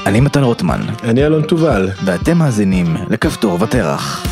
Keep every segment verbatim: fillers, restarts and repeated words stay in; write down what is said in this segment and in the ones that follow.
אני מתן רוטמן. אני אלון תובל. ואתם מאזינים לכפתור ותרח.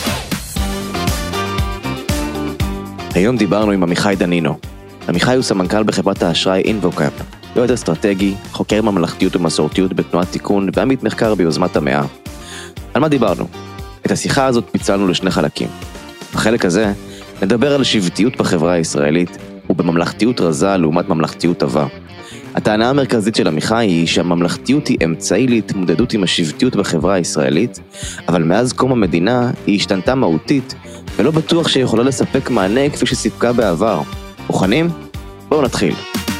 היום דיברנו עם עמיחי דנינו. עמיחי הוא סמנכ"ל בחברת האשראי אינבוקאפ, יועץ אסטרטגי, חוקר ממלכתיות ומסורתיות בתנועת תיקון ועמית מחקר ביוזמת המאה. על מה דיברנו? את השיחה הזאת פיצלנו לשני חלקים. בחלק הזה נדבר על שבטיות בחברה הישראלית ובממלכתיות רזה לעומת ממלכתיות טובה. הטענה המרכזית של עמיחי היא שהממלכתיות היא אמצעי להתמודדות עם השבטיות בחברה הישראלית, אבל מאז קום המדינה היא השתנתה מהותית ולא בטוח שיכולה לספק מענה כפי שסיפקה בעבר. מוכנים? בואו נתחיל.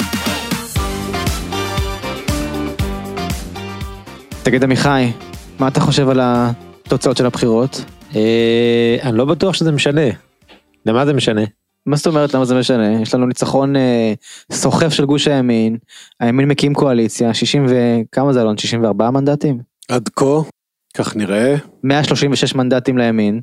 תגיד עמיחי, מה אתה חושב על התוצאות של הבחירות? אה, אני לא בטוח שזה משנה. למה זה משנה? מה זאת אומרת למה זה משנה? יש לנו ניצחון אה, סוחף של גוש הימין, הימין מקים קואליציה, שישים וכמה זה אלון? שישים וארבעה מנדטים? עד כה, כך נראה. מאה שלושים ושש מנדטים לימין,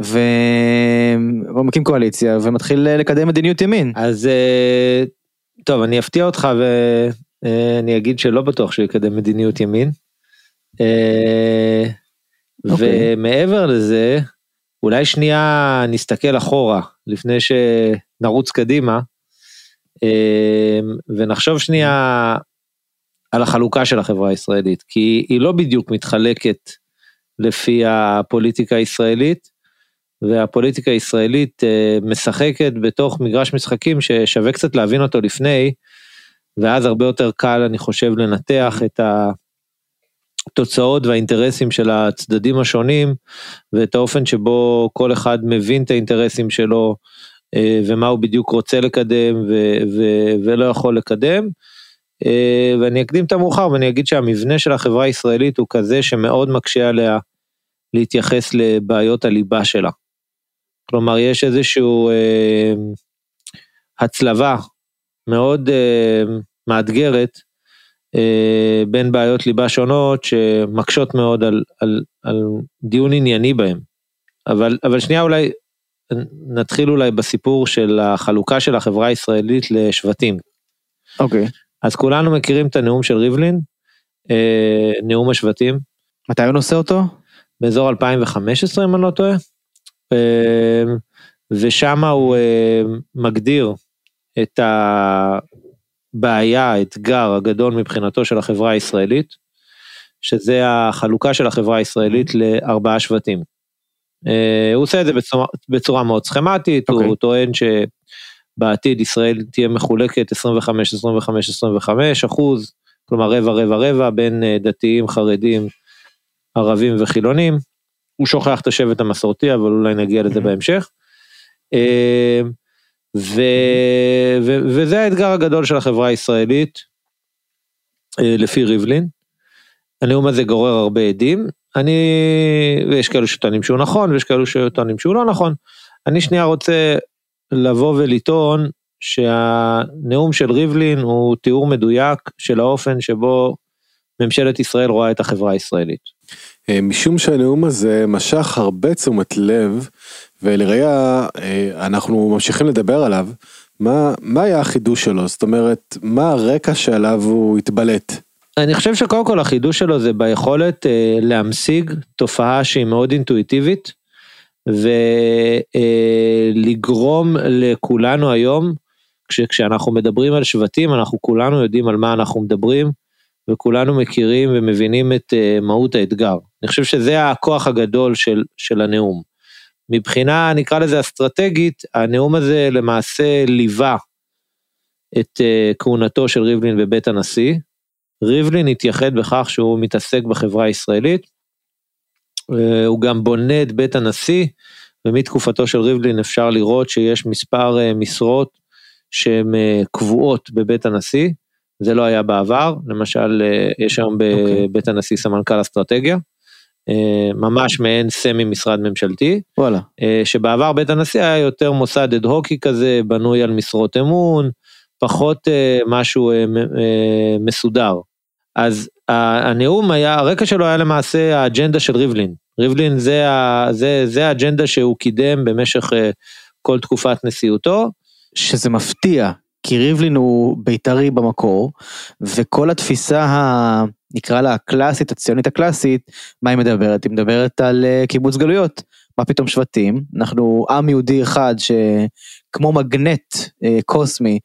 והוא מקים קואליציה ומתחיל לקדם מדיניות ימין. אז אה, טוב, אני אפתיע אותך ואני אגיד שלא בטוח שהוא יקדם מדיניות ימין. אה, okay. ומעבר לזה, אולי שנייה נסתכל אחורה, לפני שנרוץ קדימה, ונחשוב שנייה על החלוקה של החברה הישראלית, כי היא לא בדיוק מתחלקת לפי הפוליטיקה הישראלית, והפוליטיקה הישראלית משחקת בתוך מגרש משחקים ששווה קצת להבין אותו לפני, ואז הרבה יותר קל אני חושב לנתח את ה... תוצאות והאינטרסים של הצדדים השונים, ואת האופן שבו כל אחד מבין את האינטרסים שלו, ומה הוא בדיוק רוצה לקדם, ו- ו- ולא יכול לקדם, ואני אקדים את המאוחר, ואני אגיד שהמבנה של החברה הישראלית, הוא כזה שמאוד מקשה עליה, להתייחס לבעיות הליבה שלה, כלומר יש איזשהו, אה, הצלבה, מאוד אה, מאתגרת, בין בעיות ליבה שונות שמקשות מאוד על, על, על דיון ענייני בהם. אבל, אבל שנייה אולי, נתחיל אולי בסיפור של החלוקה של החברה הישראלית לשבטים. אוקיי. Okay. אז כולנו מכירים את הנאום של ריבלין, נאום השבטים. מתי הוא נושא אותו? באזור אלפיים וחמש עשרה אם אני לא טועה. ושם הוא מגדיר את ה... בעיה, האתגר הגדול מבחינתו של החברה הישראלית, שזה החלוקה של החברה הישראלית לארבעה שבטים. הוא עושה את זה בצורה, בצורה מאוד סכמטית, okay. הוא טוען שבעתיד ישראל תהיה מחולקת עשרים וחמש עשרים וחמש עשרים וחמש אחוז, כלומר רבע רבע רבע בין דתיים, חרדים, ערבים וחילונים. הוא שוכח את השבט המסורתי, אבל אולי נגיע לזה בהמשך. ו... ו... וזה האתגר הגדול של החברה הישראלית, לפי ריבלין. הנאום הזה גורר הרבה עדים, אני, ויש כאלו שטוענים שהוא נכון, ויש כאלו שטוענים שהוא לא נכון. אני שנייה רוצה לבוא ולטעון, שהנאום של ריבלין, הוא תיאור מדויק, של האופן שבו, ממשלת ישראל רואה את החברה הישראלית. משום שהנאום הזה משך הרבה תשומת לב, ולראיה אנחנו ממשיכים לדבר עליו, מה, מה היה החידוש שלו? זאת אומרת, מה הרקע שעליו הוא התבלט? אני חושב שקודם כל החידוש שלו זה ביכולת אה, להמשיג תופעה שהיא מאוד אינטואיטיבית, ולגרום אה, לכולנו היום, כש, כשאנחנו מדברים על שבטים, אנחנו כולנו יודעים על מה אנחנו מדברים, וכולנו מכירים ומבינים את אה, מהות האתגר. אני חושב שזה הכוח הגדול של, של הנאום. מבחינה, נקרא לזה אסטרטגית, הנאום הזה למעשה ליווה את uh, כהונתו של ריבלין בבית הנשיא. ריבלין התייחד בכך שהוא מתעסק בחברה הישראלית, uh, הוא גם בונה את בית הנשיא, ומתקופתו של ריבלין אפשר לראות שיש מספר uh, משרות שהן uh, קבועות בבית הנשיא, זה לא היה בעבר, למשל uh, יש היום בבית okay. הנשיא סמנכ"ל אסטרטגיה, ממש מעין סמי משרד ממשלתי, וואלה. שבעבר בית הנשיא היה יותר מוסד אד-הוקי כזה, בנוי על משרות אמון, פחות משהו מסודר. אז הנאום היה, הרקע שלו היה למעשה האג'נדה של ריבלין. ריבלין זה, זה, זה האג'נדה שהוא קידם במשך כל תקופת נשיאותו. שזה מפתיע, כי ריבלין הוא בית"רי במקור, וכל התפיסה נקרא לה הקלאסית, הציונית הקלאסית, מה היא מדברת? היא מדברת על קיבוץ גלויות, מה פתאום שבטים, אנחנו עם יהודי אחד שכמו מגנט קוסמי,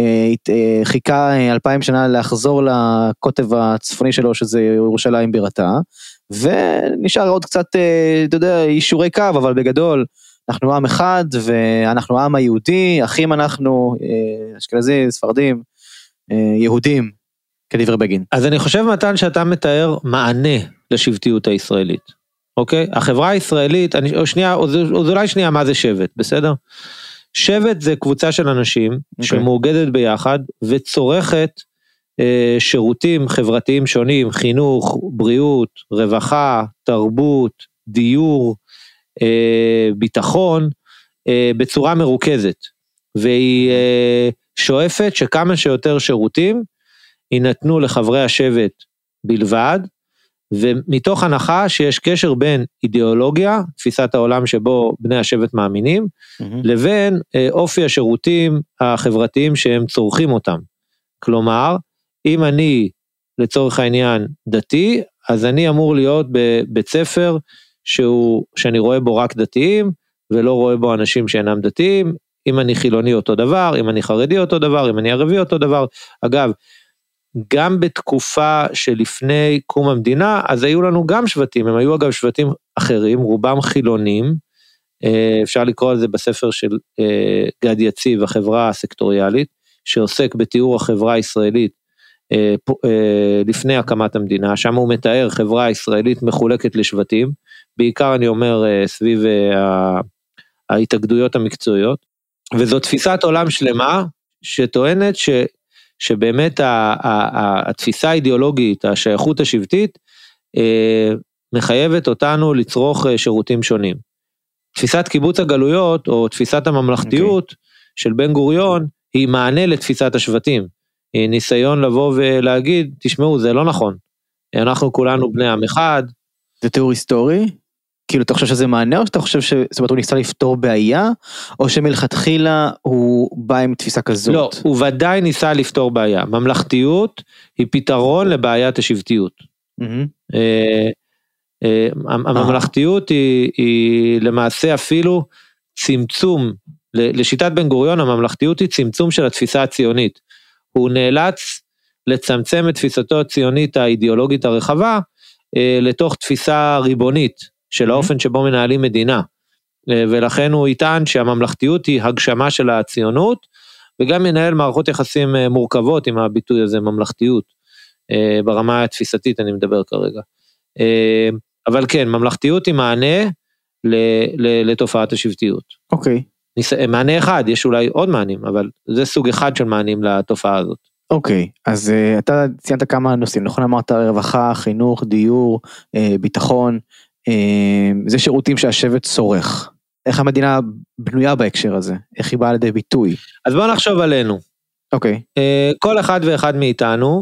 חיכה אלפיים שנה לחזור לקוטב הצפוני שלו, שזה ירושלים בירתה, ונשאר עוד קצת, אתה יודע, אישורי קו, אבל בגדול, אנחנו עם אחד, ואנחנו עם היהודי, אחים אנחנו, אשכנזים, ספרדים, יהודים, כדברי בגין. אז אני חושב, מתן, שאתה מתאר מענה לשבטיות הישראלית, אוקיי? החברה הישראלית, אני, או שנייה, או, או אולי שנייה, מה זה שבט, בסדר? שבט זה קבוצה של אנשים, okay. שמאוגדת ביחד, וצורכת אה, שירותים חברתיים שונים, חינוך, בריאות, רווחה, תרבות, דיור, אה, ביטחון, אה, בצורה מרוכזת, והיא אה, שואפת שכמה שיותר שירותים, יינתנו לחברי השבט בלבד, ומתוך הנחה שיש קשר בין אידיאולוגיה, תפיסת העולם שבו בני השבט מאמינים, mm-hmm. לבין אה, אופי השירותים החברתיים שהם צורכים אותם. כלומר, אם אני לצורך העניין דתי, אז אני אמור להיות בבית ספר שהוא, שאני רואה בו רק דתיים, ולא רואה בו אנשים שאינם דתיים, אם אני חילוני אותו דבר, אם אני חרדי אותו דבר, אם אני ערבי אותו דבר. אגב, גם בתקופה שלפני קום המדינה, אז היו לנו גם שבטים, הם היו אגב שבטים אחרים, רובם חילונים, אפשר לקרוא על זה בספר של גד יציב, החברה הסקטוריאלית, שעוסק בתיאור החברה הישראלית, לפני הקמת המדינה, שם הוא מתאר חברה ישראלית מחולקת לשבטים, בעיקר אני אומר סביב ההתאגדויות המקצועיות, וזו תפיסת עולם שלמה, שטוענת ש... שבאמת התפיסה האידיאולוגית, השייכות השבטית, מחייבת אותנו לצרוך שירותים שונים. תפיסת קיבוץ הגלויות, או תפיסת הממלכתיות, okay. של בן גוריון, היא מענה לתפיסת השבטים. היא ניסיון לבוא ולהגיד, תשמעו, זה לא נכון. אנחנו כולנו בני עם אחד. זה תיאור היסטורי? כאילו, אתה חושב שזה מענה, או שאתה חושב ש... זאת אומרת, הוא ניסה לפתור בעיה, או שמלכתחילה הוא בא עם תפיסה כזאת? לא, הוא ודאי ניסה לפתור בעיה. ממלכתיות היא פתרון לבעיית השבטיות. הממלכתיות היא למעשה אפילו צמצום, לשיטת בן גוריון, הממלכתיות היא צמצום של התפיסה הציונית. הוא נאלץ לצמצם את תפיסתו הציונית האידיאולוגית הרחבה, לתוך תפיסה ריבונית, של האופן שבו מנהלים מדינה, ולכן הוא יטען שהממלכתיות היא הגשמה של הציונות, וגם מנהל מערכות יחסים מורכבות עם הביטוי הזה, ממלכתיות, ברמה התפיסתית אני מדבר כרגע. אבל כן, ממלכתיות היא מענה לתופעת השבטיות. אוקיי. מענה אחד, יש אולי עוד מענים, אבל זה סוג אחד של מענים לתופעה הזאת. אוקיי, אז אתה ציינת כמה נושאים, נכון אמרת רווחה, חינוך, דיור, ביטחון, זה שירותים שהשבט צורך. איך המדינה בנויה בהקשר הזה? איך היא באה לידי ביטוי? אז בואו נחשוב עלינו. אוקיי. כל אחד ואחד מאיתנו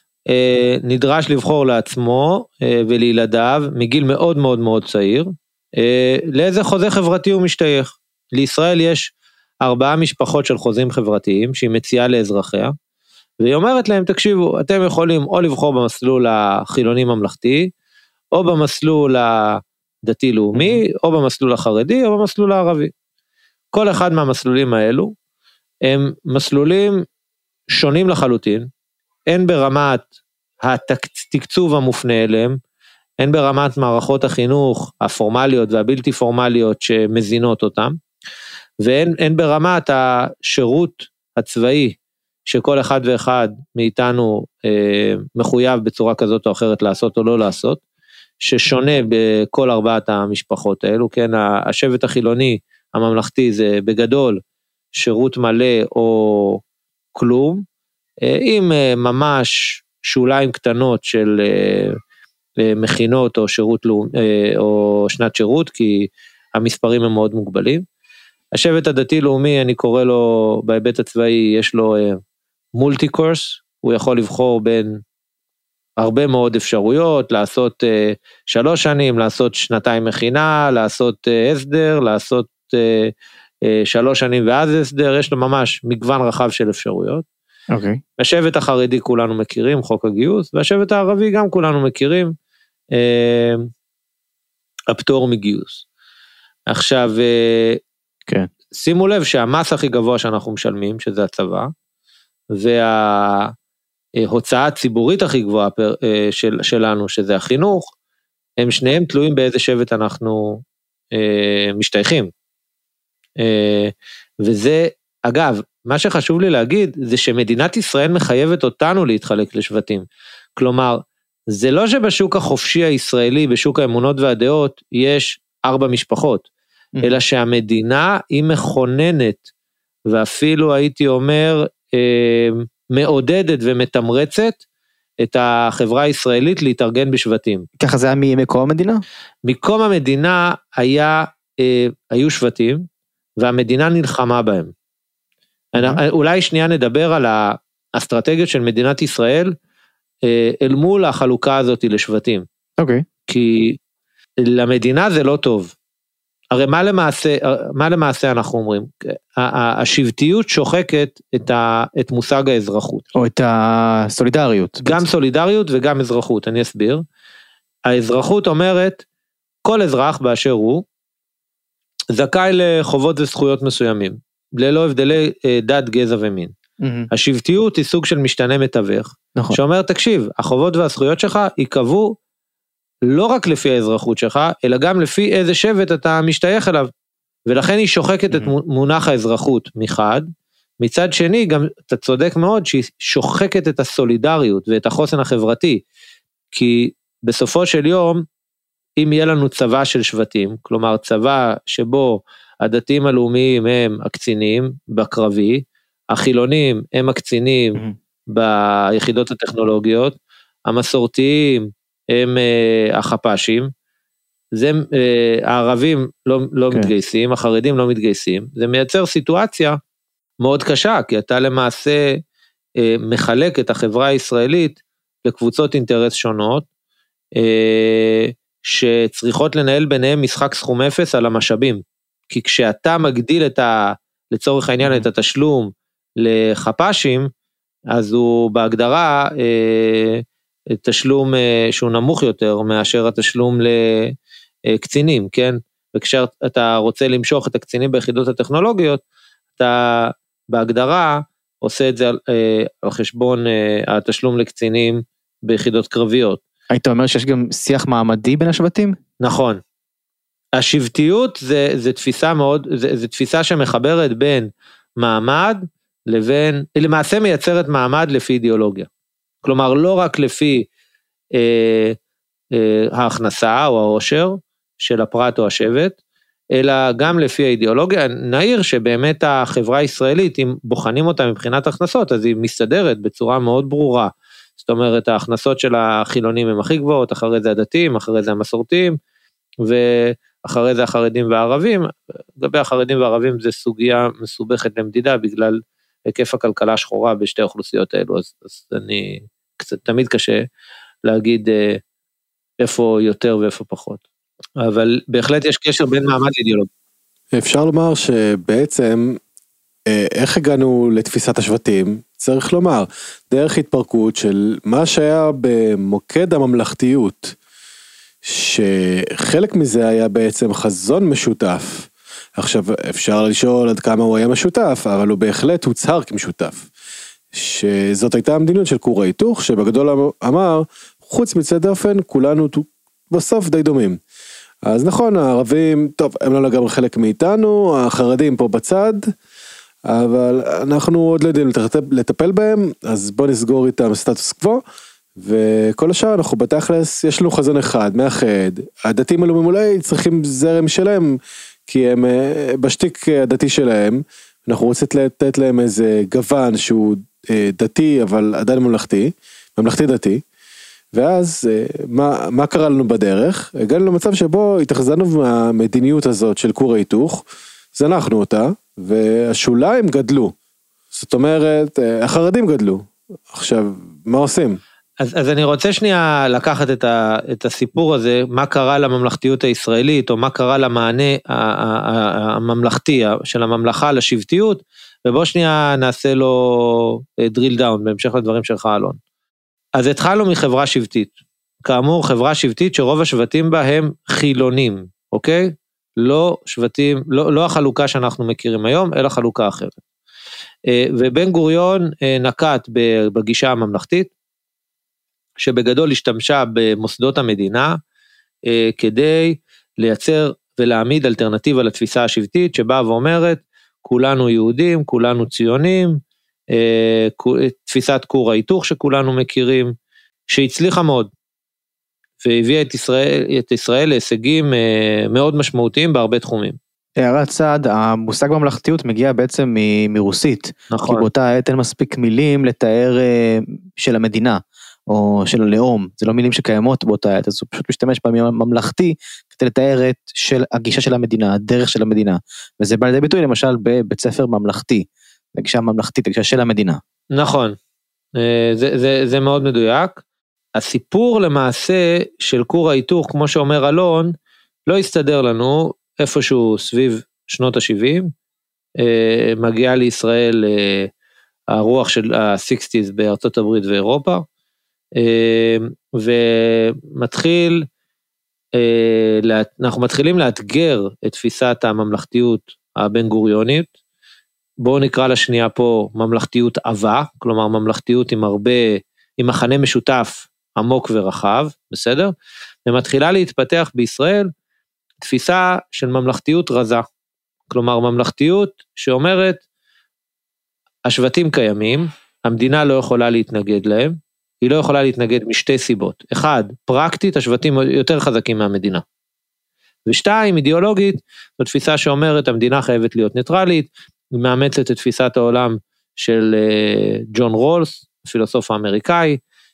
נדרש לבחור לעצמו ולילדיו מגיל מאוד מאוד מאוד צעיר, לאיזה חוזה חברתי הוא משתייך. לישראל יש ארבעה משפחות של חוזים חברתיים שהיא מציעה לאזרחיה, והיא אומרת להם, תקשיבו, אתם יכולים או לבחור במסלול החילוני ממלכתי, או במסלול הדתי-לאומי, או במסלול החרדי, או במסלול הערבי. כל אחד מהמסלולים האלו, הם מסלולים שונים לחלוטין, אין ברמת התקצוב המופנה אליהם, אין ברמת מערכות החינוך הפורמליות והבלתי פורמליות שמזינות אותם, ואין אין ברמת השירות הצבאי, שכל אחד ואחד מאיתנו אה, מחויב בצורה כזאת או אחרת לעשות או לא לעשות, ששונה בכל ארבעת המשפחות האלו, כן, השבט החילוני הממלכתי זה בגדול שירות מלא או כלום, עם ממש שוליים קטנות של מכינות או שירות או שנת שירות, כי המספרים הם מאוד מוגבלים. השבט הדתי לאומי, אני קורא לו בהיבט הצבאי, יש לו מולטי קורס, הוא יכול לבחור בין הרבה מאוד אפשרויות, לעשות uh, שלוש שנים, לעשות שנתיים מכינה, לעשות uh, הסדר, לעשות uh, uh, שלוש שנים ואז הסדר, יש לו ממש מגוון רחב של אפשרויות. אוקיי. השבט החרדי כולנו מכירים, חוק הגיוס, והשבט הערבי גם כולנו מכירים, אה, הפטור מגיוס. עכשיו, אה, כן. שימו לב שהמס הכי גבוה שאנחנו משלמים, שזה הצבא, וההוצאה הציבורית הכי גבוהה של, שלנו, שזה החינוך, הם שניהם תלויים באיזה שבט אנחנו אה, משתייכים. אה, וזה, אגב, מה שחשוב לי להגיד, זה שמדינת ישראל מחייבת אותנו להתחלק לשבטים. כלומר, זה לא שבשוק החופשי הישראלי, בשוק האמונות והדעות, יש ארבע משפחות, mm-hmm. אלא שהמדינה היא מכוננת, ואפילו הייתי אומר, אה, מעודדת ומתמרצת, את החברה הישראלית להתארגן בשבטים. ככה זה היה מקום המדינה? מקום המדינה היה, אה, היו שבטים, והמדינה נלחמה בהם. Mm-hmm. אולי שנייה נדבר על האסטרטגיות של מדינת ישראל, אה, אל מול החלוקה הזאת לשבטים. אוקיי. Okay. כי למדינה זה לא טוב. הרי מה למעשה, מה למעשה אנחנו אומרים? השבטיות שוחקת את, ה, את מושג האזרחות. או את הסולידריות. גם סולידריות וגם אזרחות, אני אסביר. האזרחות אומרת, כל אזרח באשר הוא, זכאי לחובות וזכויות מסוימים, ללא הבדלי דת, גזע ומין. Mm-hmm. השבטיות היא סוג של משתנה מתווך, נכון. שאומר, תקשיב, החובות והזכויות שלך יקבעו, לא רק לפי האזרחות שלך, אלא גם לפי איזה שבט אתה משתייך אליו, ולכן היא שוחקת mm-hmm. את מונח האזרחות מחד, מצד שני גם אתה צודק מאוד שהיא שוחקת את הסולידריות ואת החוסן החברתי, כי בסופו של יום, אם יהיה לנו צבא של שבטים, כלומר צבא שבו הדתיים הלאומיים הם הקצינים בקרבי, החילונים הם הקצינים mm-hmm. ביחידות הטכנולוגיות, המסורתיים הם uh, החפשים, זה, uh, הערבים לא, לא okay. מתגייסים, החרדים לא מתגייסים, זה מייצר סיטואציה מאוד קשה, כי אתה למעשה uh, מחלק את החברה הישראלית לקבוצות אינטרס שונות, uh, שצריכות לנהל ביניהם משחק סכום אפס על המשאבים, כי כשאתה מגדיל את ה, לצורך העניין את התשלום לחפשים, אז הוא בהגדרה uh, תשלום שהוא נמוך יותר מאשר התשלום לקצינים, כן? וכשאתה רוצה למשוך את הקצינים ביחידות הטכנולוגיות, אתה בהגדרה עושה את זה על, על חשבון התשלום לקצינים ביחידות קרביות. היית אומר שיש גם שיח מעמדי בין השבטים? נכון. השבטיות זה, זה תפיסה מאוד, זה, זה תפיסה שמחברת בין מעמד לבין, היא למעשה מייצרת מעמד לפי אידיאולוגיה. כלומר, לא רק לפי אה, אה, ההכנסה או העושר של הפרט או השבט, אלא גם לפי האידיאולוגיה. נעיר שבאמת החברה הישראלית, אם בוחנים אותה מבחינת הכנסות, אז היא מסתדרת בצורה מאוד ברורה. זאת אומרת, ההכנסות של החילונים הם הכי גבוהות, אחרי זה הדתיים, אחרי זה המסורתיים, ואחרי זה החרדים והערבים. לגבי החרדים והערבים זה סוגיה מסובכת למדידה, בגלל היקף הכלכלה השחורה בשתי האוכלוסיות האלו, אז, אז אני קצת, תמיד קשה להגיד אה, איפה יותר ואיפה פחות. אבל בהחלט יש קשר בין מעמד לאידיאולוגיה. אפשר לומר שבעצם, אה, איך הגענו לתפיסת השבטים? צריך לומר, דרך התפרקות של מה שהיה במוקד הממלכתיות, שחלק מזה היה בעצם חזון משותף, עכשיו אפשר לשאול עד כמה הוא היה משותף, אבל הוא בהחלט הוצהר כמשותף, שזאת הייתה המדיניות של כור ההיתוך, שבגדול אמר, חוץ מצד אופן, כולנו בסוף די דומים. אז נכון, הערבים, טוב, הם לא לגמרי חלק מאיתנו, החרדים פה בצד, אבל אנחנו עוד לא יודעים לטפל בהם, אז בוא נסגור איתם סטטוס קוו, וכל השאר אנחנו בתכלס, יש לנו חזון אחד, מאחד, הדתיים הלאומיים אולי צריכים זרם שלהם, כי הם בשתיק הדתי שלהם, אנחנו רוצים לתת להם איזה גוון שהוא דתי, אבל עדיין ממלכתי, ממלכתי דתי, ואז מה, מה קרה לנו בדרך? הגענו למצב שבו התאכזנו מהמדיניות הזאת של כור ההיתוך, זנחנו אותה, והשוליים גדלו, זאת אומרת, החרדים גדלו, עכשיו, מה עושים? אז, אז אני רוצה שנייה לקחת את, ה, את הסיפור הזה, מה קרה לממלכתיות הישראלית, או מה קרה למענה הממלכתי של הממלכה לשבטיות, ובוא שנייה נעשה לו drill down, בהמשך לדברים שלך אלון. אז התחלנו מחברה שבטית, כאמור חברה שבטית שרוב השבטים בה הם חילונים, אוקיי? לא שבטים, לא, לא החלוקה שאנחנו מכירים היום, אלא חלוקה אחרת. ובן גוריון נקט בגישה הממלכתית, שבגדול השתמשה במוסדות המדינה, כדי לייצר ולהעמיד אלטרנטיבה לתפיסה השבטית, שבאה ואומרת, כולנו יהודים, כולנו ציונים, תפיסת כור ההיתוך שכולנו מכירים, שהצליחה מאוד, והביאה את ישראל, את ישראל להישגים מאוד משמעותיים בהרבה תחומים. הערת צד, המושג ממלכתיות מגיע בעצם מ- מרוסית, נכון. כי באותה עת אין מספיק מילים לתאר של המדינה, או של הלאום, זה לא מילים שקיימות באותה עת, אז הוא פשוט משתמש במילה ממלכתי, כדי לתאר את של הגישה של המדינה, הדרך של המדינה, וזה בא לידי ביטוי למשל בבית ספר ממלכתי, הגישה ממלכתית, הגישה של המדינה. נכון, זה, זה, זה מאוד מדויק. הסיפור למעשה של כור ההיתוך, כמו שאומר אלון, לא יסתדר לנו איפשהו סביב שנות ה-שבעים, מגיעה לישראל הרוח של ה-שישים בארצות הברית ואירופה, ומתחיל, אנחנו מתחילים לאתגר את תפיסת הממלכתיות הבן גוריונית, בואו נקרא לשנייה פה ממלכתיות עבה, כלומר ממלכתיות עם הרבה, עם מחנה משותף עמוק ורחב, בסדר? ומתחילה להתפתח בישראל תפיסה של ממלכתיות רזה, כלומר ממלכתיות שאומרת, השבטים קיימים, המדינה לא יכולה להתנגד להם, היא לא יכולה להתנגד משתי סיבות, אחד, פרקטית, השבטים יותר חזקים מהמדינה, ושתיים, אידיאולוגית, זו תפיסה שאומרת, המדינה חייבת להיות ניטרלית, היא מאמצת את תפיסת העולם של ג'ון רולס, פילוסוף האמריקאי,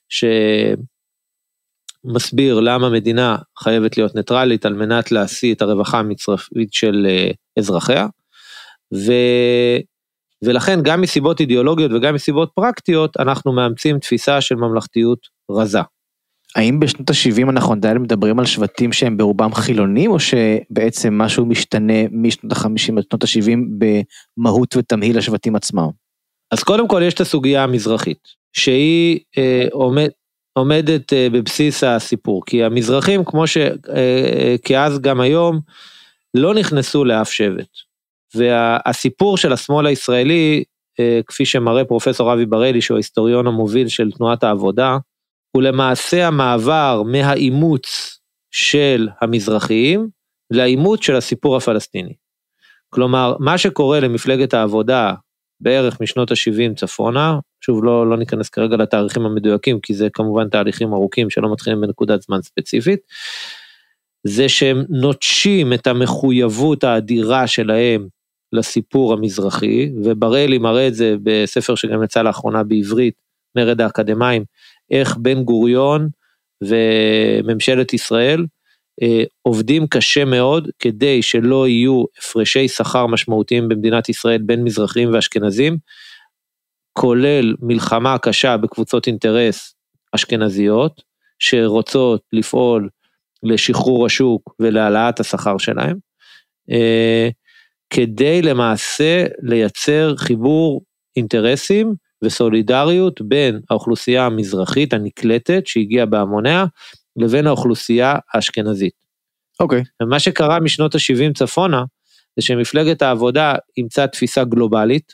שמסביר למה מדינה חייבת להיות ניטרלית, על מנת להשיא את הרווחה המצרפית של אזרחיה, ו... ולכן גם מסיבות אידיאולוגיות וגם מסיבות פרקטיות, אנחנו מאמצים תפיסה של ממלכתיות רזה. האם בשנות ה-שבעים אנחנו עדיין מדברים על שבטים שהם ברובם חילונים, או שבעצם משהו משתנה משנות ה-חמישים עד שנות ה-שבעים במהות ותמהיל השבטים עצמם? אז קודם כל יש את הסוגיה המזרחית, שהיא אה, עומד, עומדת אה, בבסיס הסיפור, כי המזרחים, כמו ש... אה, כאז גם היום, לא נכנסו לאף שבט. והסיפור של השמאל הישראלי, אה, כפי שמראה פרופסור אבי בראלי, שהוא ההיסטוריון המוביל של תנועת העבודה, הוא למעשה המעבר מהאימוץ של המזרחיים, לאימוץ של הסיפור הפלסטיני. כלומר, מה שקורה למפלגת העבודה, בערך משנות ה-שבעים צפונה, שוב לא, לא ניכנס כרגע לתאריכים המדויקים, כי זה כמובן תהליכים ארוכים, שלא מתחילים בנקודת זמן ספציפית, זה שהם נוטשים את המחויבות האדירה שלהם, לסיפור המזרחי, ובראלי מראה את זה בספר שגם יצא לאחרונה בעברית, מרד האקדמיים, איך בן גוריון וממשלת ישראל אה, עובדים קשה מאוד, כדי שלא יהיו הפרשי שכר משמעותיים במדינת ישראל, בין מזרחים ואשכנזים, כולל מלחמה קשה בקבוצות אינטרס אשכנזיות, שרוצות לפעול לשחרור השוק ולהעלאת השכר שלהם, אה, כדי למעשה לייצר חיבור אינטרסים וסולידריות בין האוכלוסייה המזרחית הנקלטת שהגיעה בהמוניה, לבין האוכלוסייה האשכנזית. אוקיי. Okay. ומה שקרה משנות ה-שבעים צפונה, זה שמפלגת העבודה אימצה תפיסה גלובלית,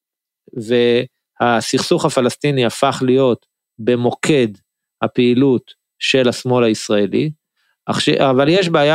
והסכסוך הפלסטיני הפך להיות במוקד הפעילות של השמאל הישראלי, אבל יש בעיה,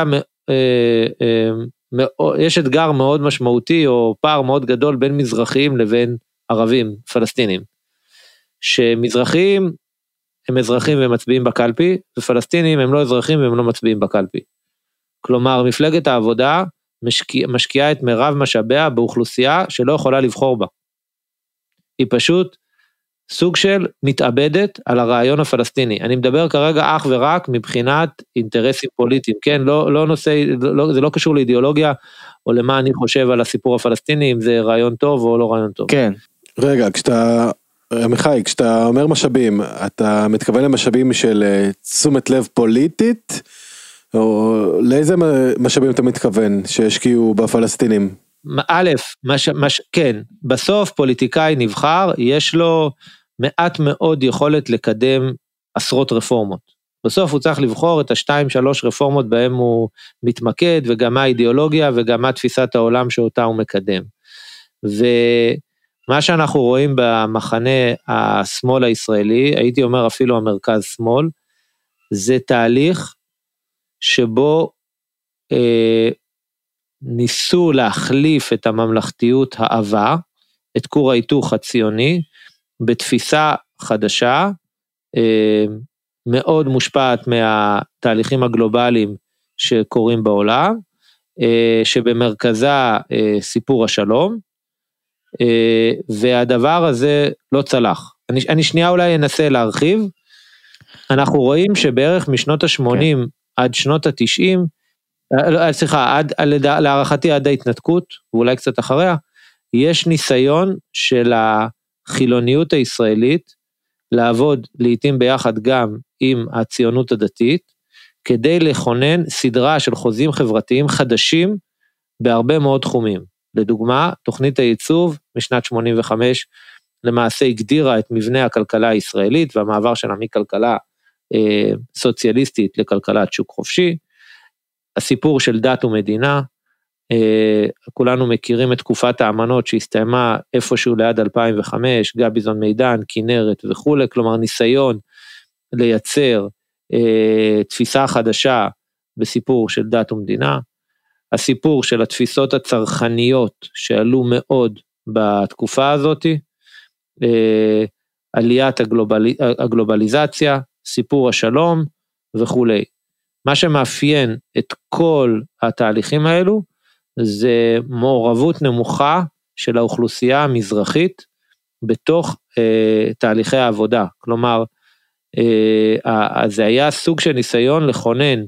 יש אתגר מאוד משמעותי, או פער מאוד גדול בין מזרחיים לבין ערבים, פלסטינים, שמזרחיים הם אזרחים ומצביעים בקלפי, ופלסטינים הם לא אזרחים והם לא מצביעים בקלפי. כלומר, מפלגת העבודה משקיע, משקיעה את מירב משאביה באוכלוסייה שלא יכולה לבחור בה. היא פשוט סוג של מתאבדת על הרעיון הפלסטיני. אני מדבר כרגע אך ורק מבחינת אינטרסים פוליטיים, כן? לא, לא נושא, לא, זה לא קשור לאידיאולוגיה, או למה אני חושב על הסיפור הפלסטיני, אם זה רעיון טוב או לא רעיון טוב. כן. רגע, כשאתה, מיכאי, כשאתה אומר משאבים, אתה מתכוון למשאבים של תשומת לב פוליטית, או לאיזה משאבים אתה מתכוון שהשקיעו בפלסטינים א', מש, מש, כן, בסוף פוליטיקאי נבחר, יש לו מעט מאוד יכולת לקדם עשרות רפורמות. בסוף הוא צריך לבחור את השתיים, שלוש רפורמות בהם הוא מתמקד, וגם מה האידיאולוגיה, וגם מה תפיסת העולם שאותה הוא מקדם. ומה שאנחנו רואים במחנה השמאל הישראלי, הייתי אומר אפילו המרכז שמאל, זה תהליך שבו אה, ניסו להחליף את הממלכתיות העבה, את כור ההיתוך הציוני, בתפיסה חדשה, אה, מאוד מושפעת מהתהליכים הגלובליים שקורים בעולם, אה, שבמרכזה אה, סיפור השלום, אה, והדבר הזה לא צלח. אני, אני שנייה אולי אנסה להרחיב, אנחנו רואים שבערך משנות ה-שמונים okay. עד שנות ה-תשעים, סליחה, עד, להערכתי עד ההתנתקות, ואולי קצת אחריה, יש ניסיון של החילוניות הישראלית, לעבוד לעתים ביחד גם עם הציונות הדתית, כדי לכונן סדרה של חוזים חברתיים חדשים, בהרבה מאוד תחומים. לדוגמה, תוכנית הייצוב משנת שמונים וחמש, למעשה הגדירה את מבנה הכלכלה הישראלית, והמעבר שלה מכלכלה אה, סוציאליסטית לכלכלת שוק חופשי, הסיפור של דת ומדינה, אה, כולנו מכירים את תקופת האמנות שהסתיימה איפשהו ליד אלפיים וחמש, גביזון מידן, כנרת וכו', כלומר ניסיון לייצר אה, תפיסה חדשה בסיפור של דת ומדינה, הסיפור של התפיסות הצרכניות שעלו מאוד בתקופה הזאת, אה, עליית הגלובל, הגלובליזציה, סיפור השלום וכו'. מה שמאפיין את כל התהליכים האלו, זה מעורבות נמוכה של האוכלוסייה המזרחית, בתוך אה, תהליכי העבודה. כלומר, אה, זה היה סוג של ניסיון לכונן,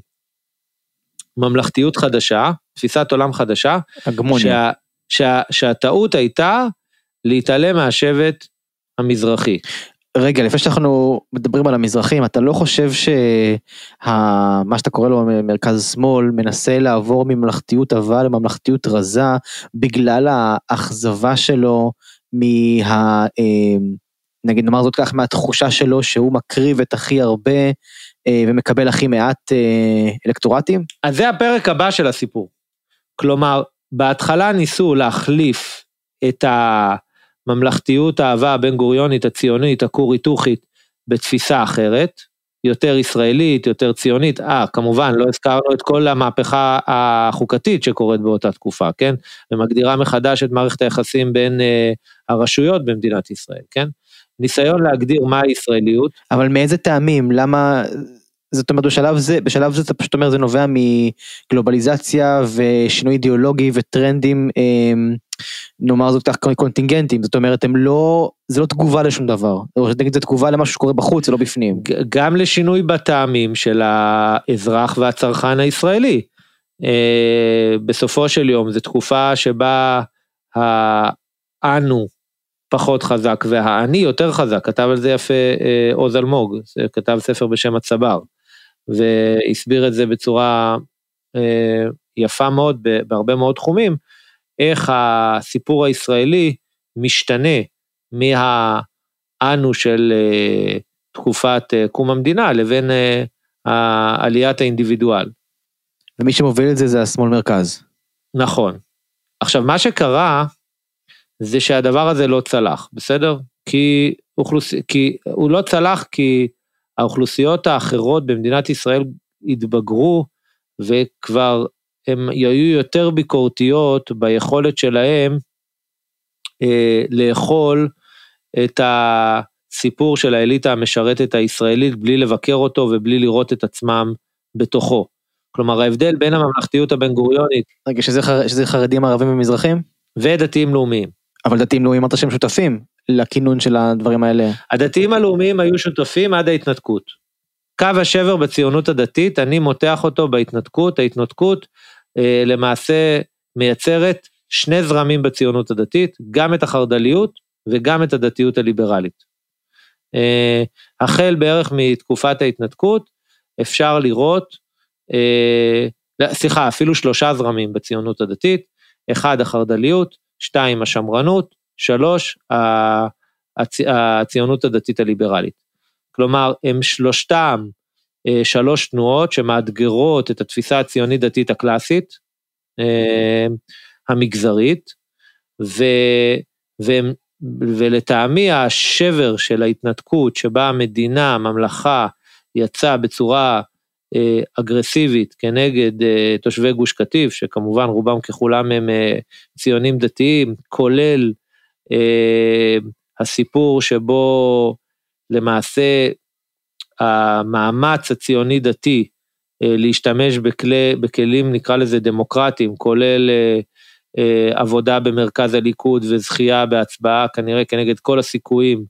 ממלכתיות חדשה, תפיסת עולם חדשה, שה, שה, שהטעות הייתה, להתעלם מהשבט המזרחי. רגע, לפני שאנחנו מדברים על המזרחים, אתה לא חושב שמה שאתה קורא לו מרכז שמאל, מנסה לעבור מממלכתיות עבה לממלכתיות רזה, בגלל האכזבה שלו, מה, נגיד נאמר זאת כך, מהתחושה שלו, שהוא מקריב את הכי הרבה, ומקבל הכי מעט אלקטורטים? אז זה הפרק הבא של הסיפור. כלומר, בהתחלה ניסו להחליף את ה... ממלכתיות האהבה הבן גוריונית, הציונית, הכור היתוכית, בתפיסה אחרת, יותר ישראלית, יותר ציונית, אה, כמובן, לא הזכרנו את כל המהפכה החוקתית שקורית באותה תקופה, כן? ומגדירה מחדש את מערכת היחסים בין אה, הרשויות במדינת ישראל, כן? ניסיון להגדיר מה הישראליות. אבל מאיזה טעמים? למה... זאת אומרת, בשלב זה, בשלב זה אתה פשוט אומר, זה נובע מגלובליזציה ושינוי אידיאולוגי וטרנדים, אה, נאמר זאת כך קונטינגנטים, זאת אומרת, הם לא, זה לא תגובה לשום דבר, או נגיד זה תגובה למשהו שקורה בחוץ, זה לא בפנים. גם לשינוי בטעמים של האזרח והצרכן הישראלי. בסופו של יום, זו תקופה שבה האנו פחות חזק, והאני יותר חזק, כתב על זה יפה עוז אלמוג, כתב ספר בשם הצבר, והסביר את זה בצורה יפה מאוד, בהרבה מאוד תחומים, איך הסיפור הישראלי משתנה מהאנו של תקופת קום המדינה, לבין העליית האינדיבידואל. ומי שמוביל את זה זה השמאל מרכז. נכון. עכשיו, מה שקרה, זה שהדבר הזה לא צלח, בסדר? כי, אוכלוס... כי הוא לא צלח כי האוכלוסיות האחרות במדינת ישראל התבגרו, וכבר הם היו יותר ביקורתיות ביכולת שלהם אה, לאכול את הסיפור של האליטה המשרתת הישראלית, בלי לבקר אותו ובלי לראות את עצמם בתוכו. כלומר, ההבדל בין הממלכתיות הבן גוריונית... רגע, שזה, חר... שזה חרדים ערבים ומזרחים? ודתיים לאומיים. אבל דתיים לאומיים, אמרת שהם שותפים לכינון של הדברים האלה. הדתיים הלאומיים היו שותפים עד ההתנתקות. קו השבר בציונות הדתית, אני מותח אותו בהתנתקות, ההתנתקות אה, למעשה מייצרת שני זרמים בציונות הדתית, גם את החרדליות וגם את הדתיות הליברלית. אה, החל בערך מתקופת ההתנתקות, אפשר לראות, אה, סליחה, אפילו שלושה זרמים בציונות הדתית, אחד, החרד"ליות, שתיים, השמרנות, שלוש, הציונות הדתית הליברלית. כלומר, הם שלושתם שלוש תנועות שמאתגרות את התפיסה הציונית דתית הקלאסית, המגזרית, ו, והם, ולטעמי השבר של ההתנתקות, שבה המדינה, הממלכה, יצאה בצורה אגרסיבית כנגד תושבי גוש קטיף, שכמובן רובם ככולם הם ציונים דתיים, כולל הסיפור שבו למעשה המאמץ הציוני דתי להשתמש בכלי, בכלים נקרא לזה דמוקרטיים, כולל עבודה במרכז הליכוד וזכייה בהצבעה כנראה כנגד כל הסיכויים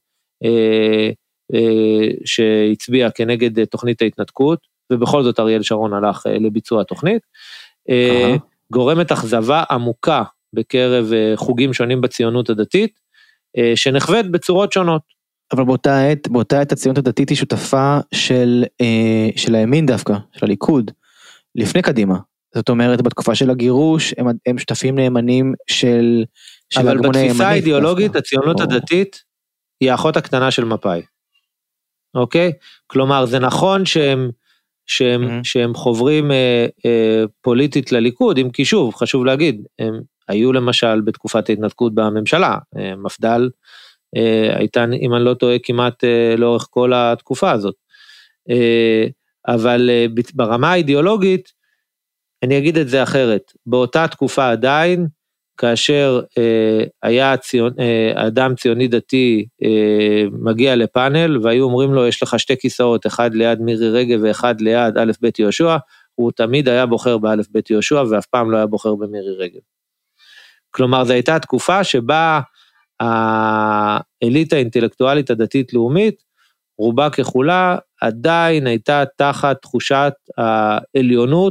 שהצביע כנגד תוכנית ההתנתקות, ובכל זאת אריאל שרון הלך לביצוע התוכנית, גורמת אכזבה עמוקה בקרב חוגים שונים בציונות הדתית, שנחוות בצורות שונות. אבל באותה עת, באותה עת הציונות הדתית היא שותפה של, של הימין דווקא, של הליכוד, לפני קדימה. זאת אומרת, בתקופה של הגירוש, הם, הם שותפים נאמנים של, של אבל בתפיסה האידיאולוגית, דווקא. הציונות או... הדתית, היא האחות הקטנה של מפא"י. אוקיי? כלומר, זה נכון שהם, שהם, mm-hmm. שהם חוברים אה, אה, פוליטית לליכוד, אם כי שוב, חשוב להגיד, הם היו למשל בתקופת ההתנתקות בממשלה, אה, מפד"ל, אה, הייתה, אם אני לא טועה, כמעט אה, לאורך כל התקופה הזאת. אה, אבל אה, ברמה האידיאולוגית, אני אגיד את זה אחרת, באותה תקופה עדיין, כאשר אה, היה ציון, אה, אדם ציוני דתי אה, מגיע לפאנל, והיו אומרים לו, יש לך שתי כיסאות, אחד ליד מירי רגב ואחד ליד א' ב' יהושע, הוא תמיד היה בוחר בא' ב' יהושע, ואף פעם לא היה בוחר במירי רגב. כלומר, זו הייתה תקופה שבה האליטה האינטלקטואלית הדתית-לאומית, רובה ככולה, עדיין הייתה תחת תחושת העליונות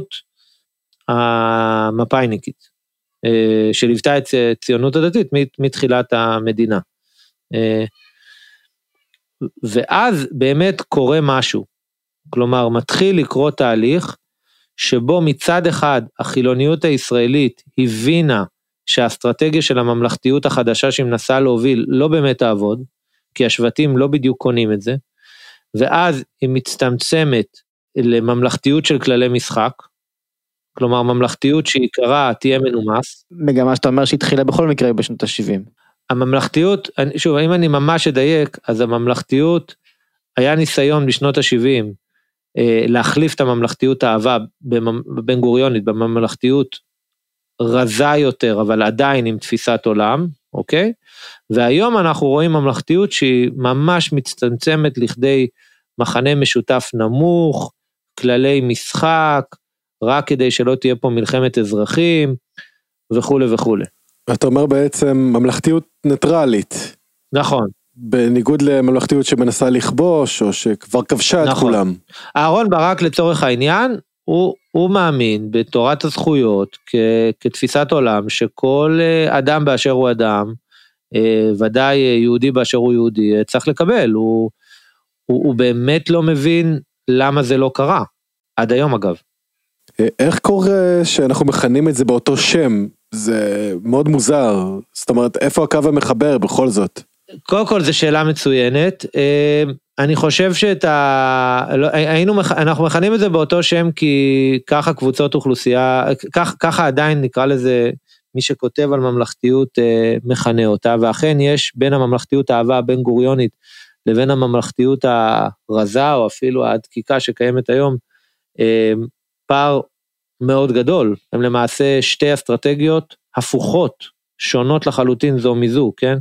המפא"יניקית. שליוותה את ציונות הדתית מתחילת המדינה. ואז באמת קורה משהו, כלומר מתחיל לקרות תהליך, שבו מצד אחד החילוניות הישראלית הבינה שהאסטרטגיה של הממלכתיות החדשה שהיא מנסה להוביל לא באמת תעבוד, כי השבטים לא בדיוק קונים את זה, ואז היא מצטמצמת לממלכתיות של כללי משחק, כלומר, ממלכתיות שעיקרה תהיה מנומס. מגמה שאתה אומר שהתחילה בכל מקרה בשנות ה-שבעים. הממלכתיות, שוב, אם אני ממש אדייק, אז הממלכתיות, היה ניסיון בשנות ה-שבעים, להחליף את הממלכתיות האהבה בבן גוריונית, בממלכתיות רזה יותר, אבל עדיין עם תפיסת עולם, אוקיי? והיום אנחנו רואים ממלכתיות שהיא ממש מצטמצמת לכדי מחנה משותף נמוך, כללי משחק, רק כדי שלא תהיה פה מלחמת אזרחים, וכו' וכו'. אתה אומר בעצם ממלכתיות ניטרלית. נכון. בניגוד לממלכתיות שמנסה לכבוש, או שכבר כבשה את נכון. כולם. אהרון ברק לצורך העניין, הוא, הוא מאמין בתורת הזכויות, כ, כתפיסת עולם, שכל אדם באשר הוא אדם, ודאי יהודי באשר הוא יהודי, צריך לקבל. הוא, הוא, הוא באמת לא מבין למה זה לא קרה. עד היום אגב. איך קורה שאנחנו מכנים את זה באותו שם? זה מאוד מוזר. זאת אומרת, איפה הקו המחבר בכל זאת? קודם כל, זו שאלה מצוינת. אני חושב שאת ה... היינו, אנחנו מכנים את זה באותו שם, כי ככה קבוצות אוכלוסייה, כך, ככה עדיין נקרא לזה, מי שכותב על ממלכתיות מכנה אותה, ואכן יש בין הממלכתיות האהבה הבין גוריונית, לבין הממלכתיות הרזה, או אפילו הדקיקה שקיימת היום, פער מאוד גדול, הם למעשה שתי אסטרטגיות הפוכות, שונות לחלוטין זו מזו, כן?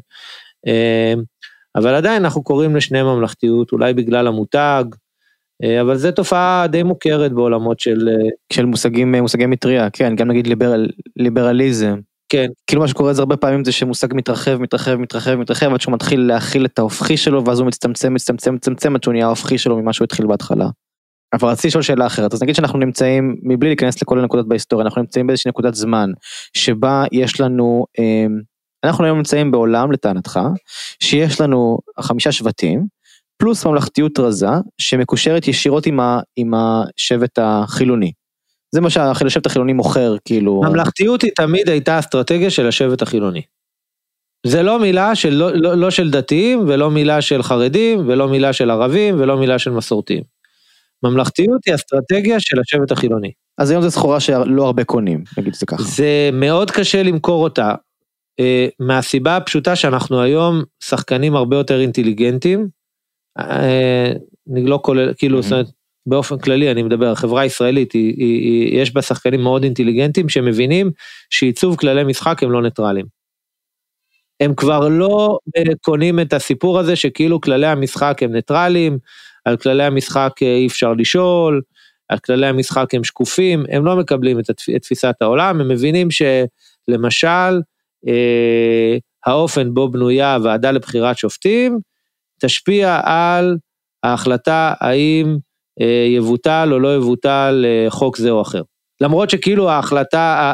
אבל עדיין אנחנו קוראים לשני ממלכתיות, אולי בגלל המותג, אבל זו תופעה די מוכרת בעולמות של... של מושגים, מושגי מטריה, כן, גם נגיד ליברל, ליברליזם. כן. כאילו מה שקורה זה הרבה פעמים זה שמושג מתרחב, מתרחב, מתרחב, מתרחב, עד שהוא מתחיל להכיל את ההופכי שלו, ואז הוא מצטמצם, מצטמצם, מצטמצם, עד שהוא נהיה ההופכי שלו ממה שהוא התחיל בהתחלה. אבל רציתי לשאול שאלה אחרת, אז נגיד שאנחנו נמצאים, מבלי להיכנס לכל הנקודות בהיסטוריה, אנחנו נמצאים באיזושהי נקודת זמן, שבה יש לנו, אנחנו היום נמצאים בעולם לטענתך, שיש לנו חמישה שבטים, פלוס ממלכתיות רזה, שמקושרת ישירות עם, ה, עם השבט החילוני. זה מה שהשבט החילוני מוכר, כאילו. ממלכתיות היא תמיד הייתה אסטרטגיה של השבט החילוני. זה לא מילה של, לא, לא, לא של דתיים, ולא מילה של חרדים, ולא מילה של ערבים, ולא מילה של מסורתיים. ממלכתיות היא אסטרטגיה של השבט החילוני. אז היום זה סחורה שלא הרבה קונים, נגיד את זה ככה. זה מאוד קשה למכור אותה, מהסיבה הפשוטה שאנחנו היום שחקנים הרבה יותר אינטליגנטים, אני לא כולל, כאילו, זאת אומרת, באופן כללי, אני מדבר, החברה הישראלית, היא, היא, היא, יש בה שחקנים מאוד אינטליגנטים, שמבינים שעיצוב כללי משחק הם לא ניטרליים. הם כבר לא קונים את הסיפור הזה, שכאילו כללי המשחק הם ניטרליים, על כללי המשחק אי אפשר לשאול, על כללי המשחק הם שקופים, הם לא מקבלים את, התפ... את תפיסת העולם, הם מבינים שלמשל, אה, האופן בו בנויה הוועדה לבחירת שופטים, תשפיע על ההחלטה האם יבוטל או לא יבוטל חוק זה או אחר. למרות שכאילו ההחלטה,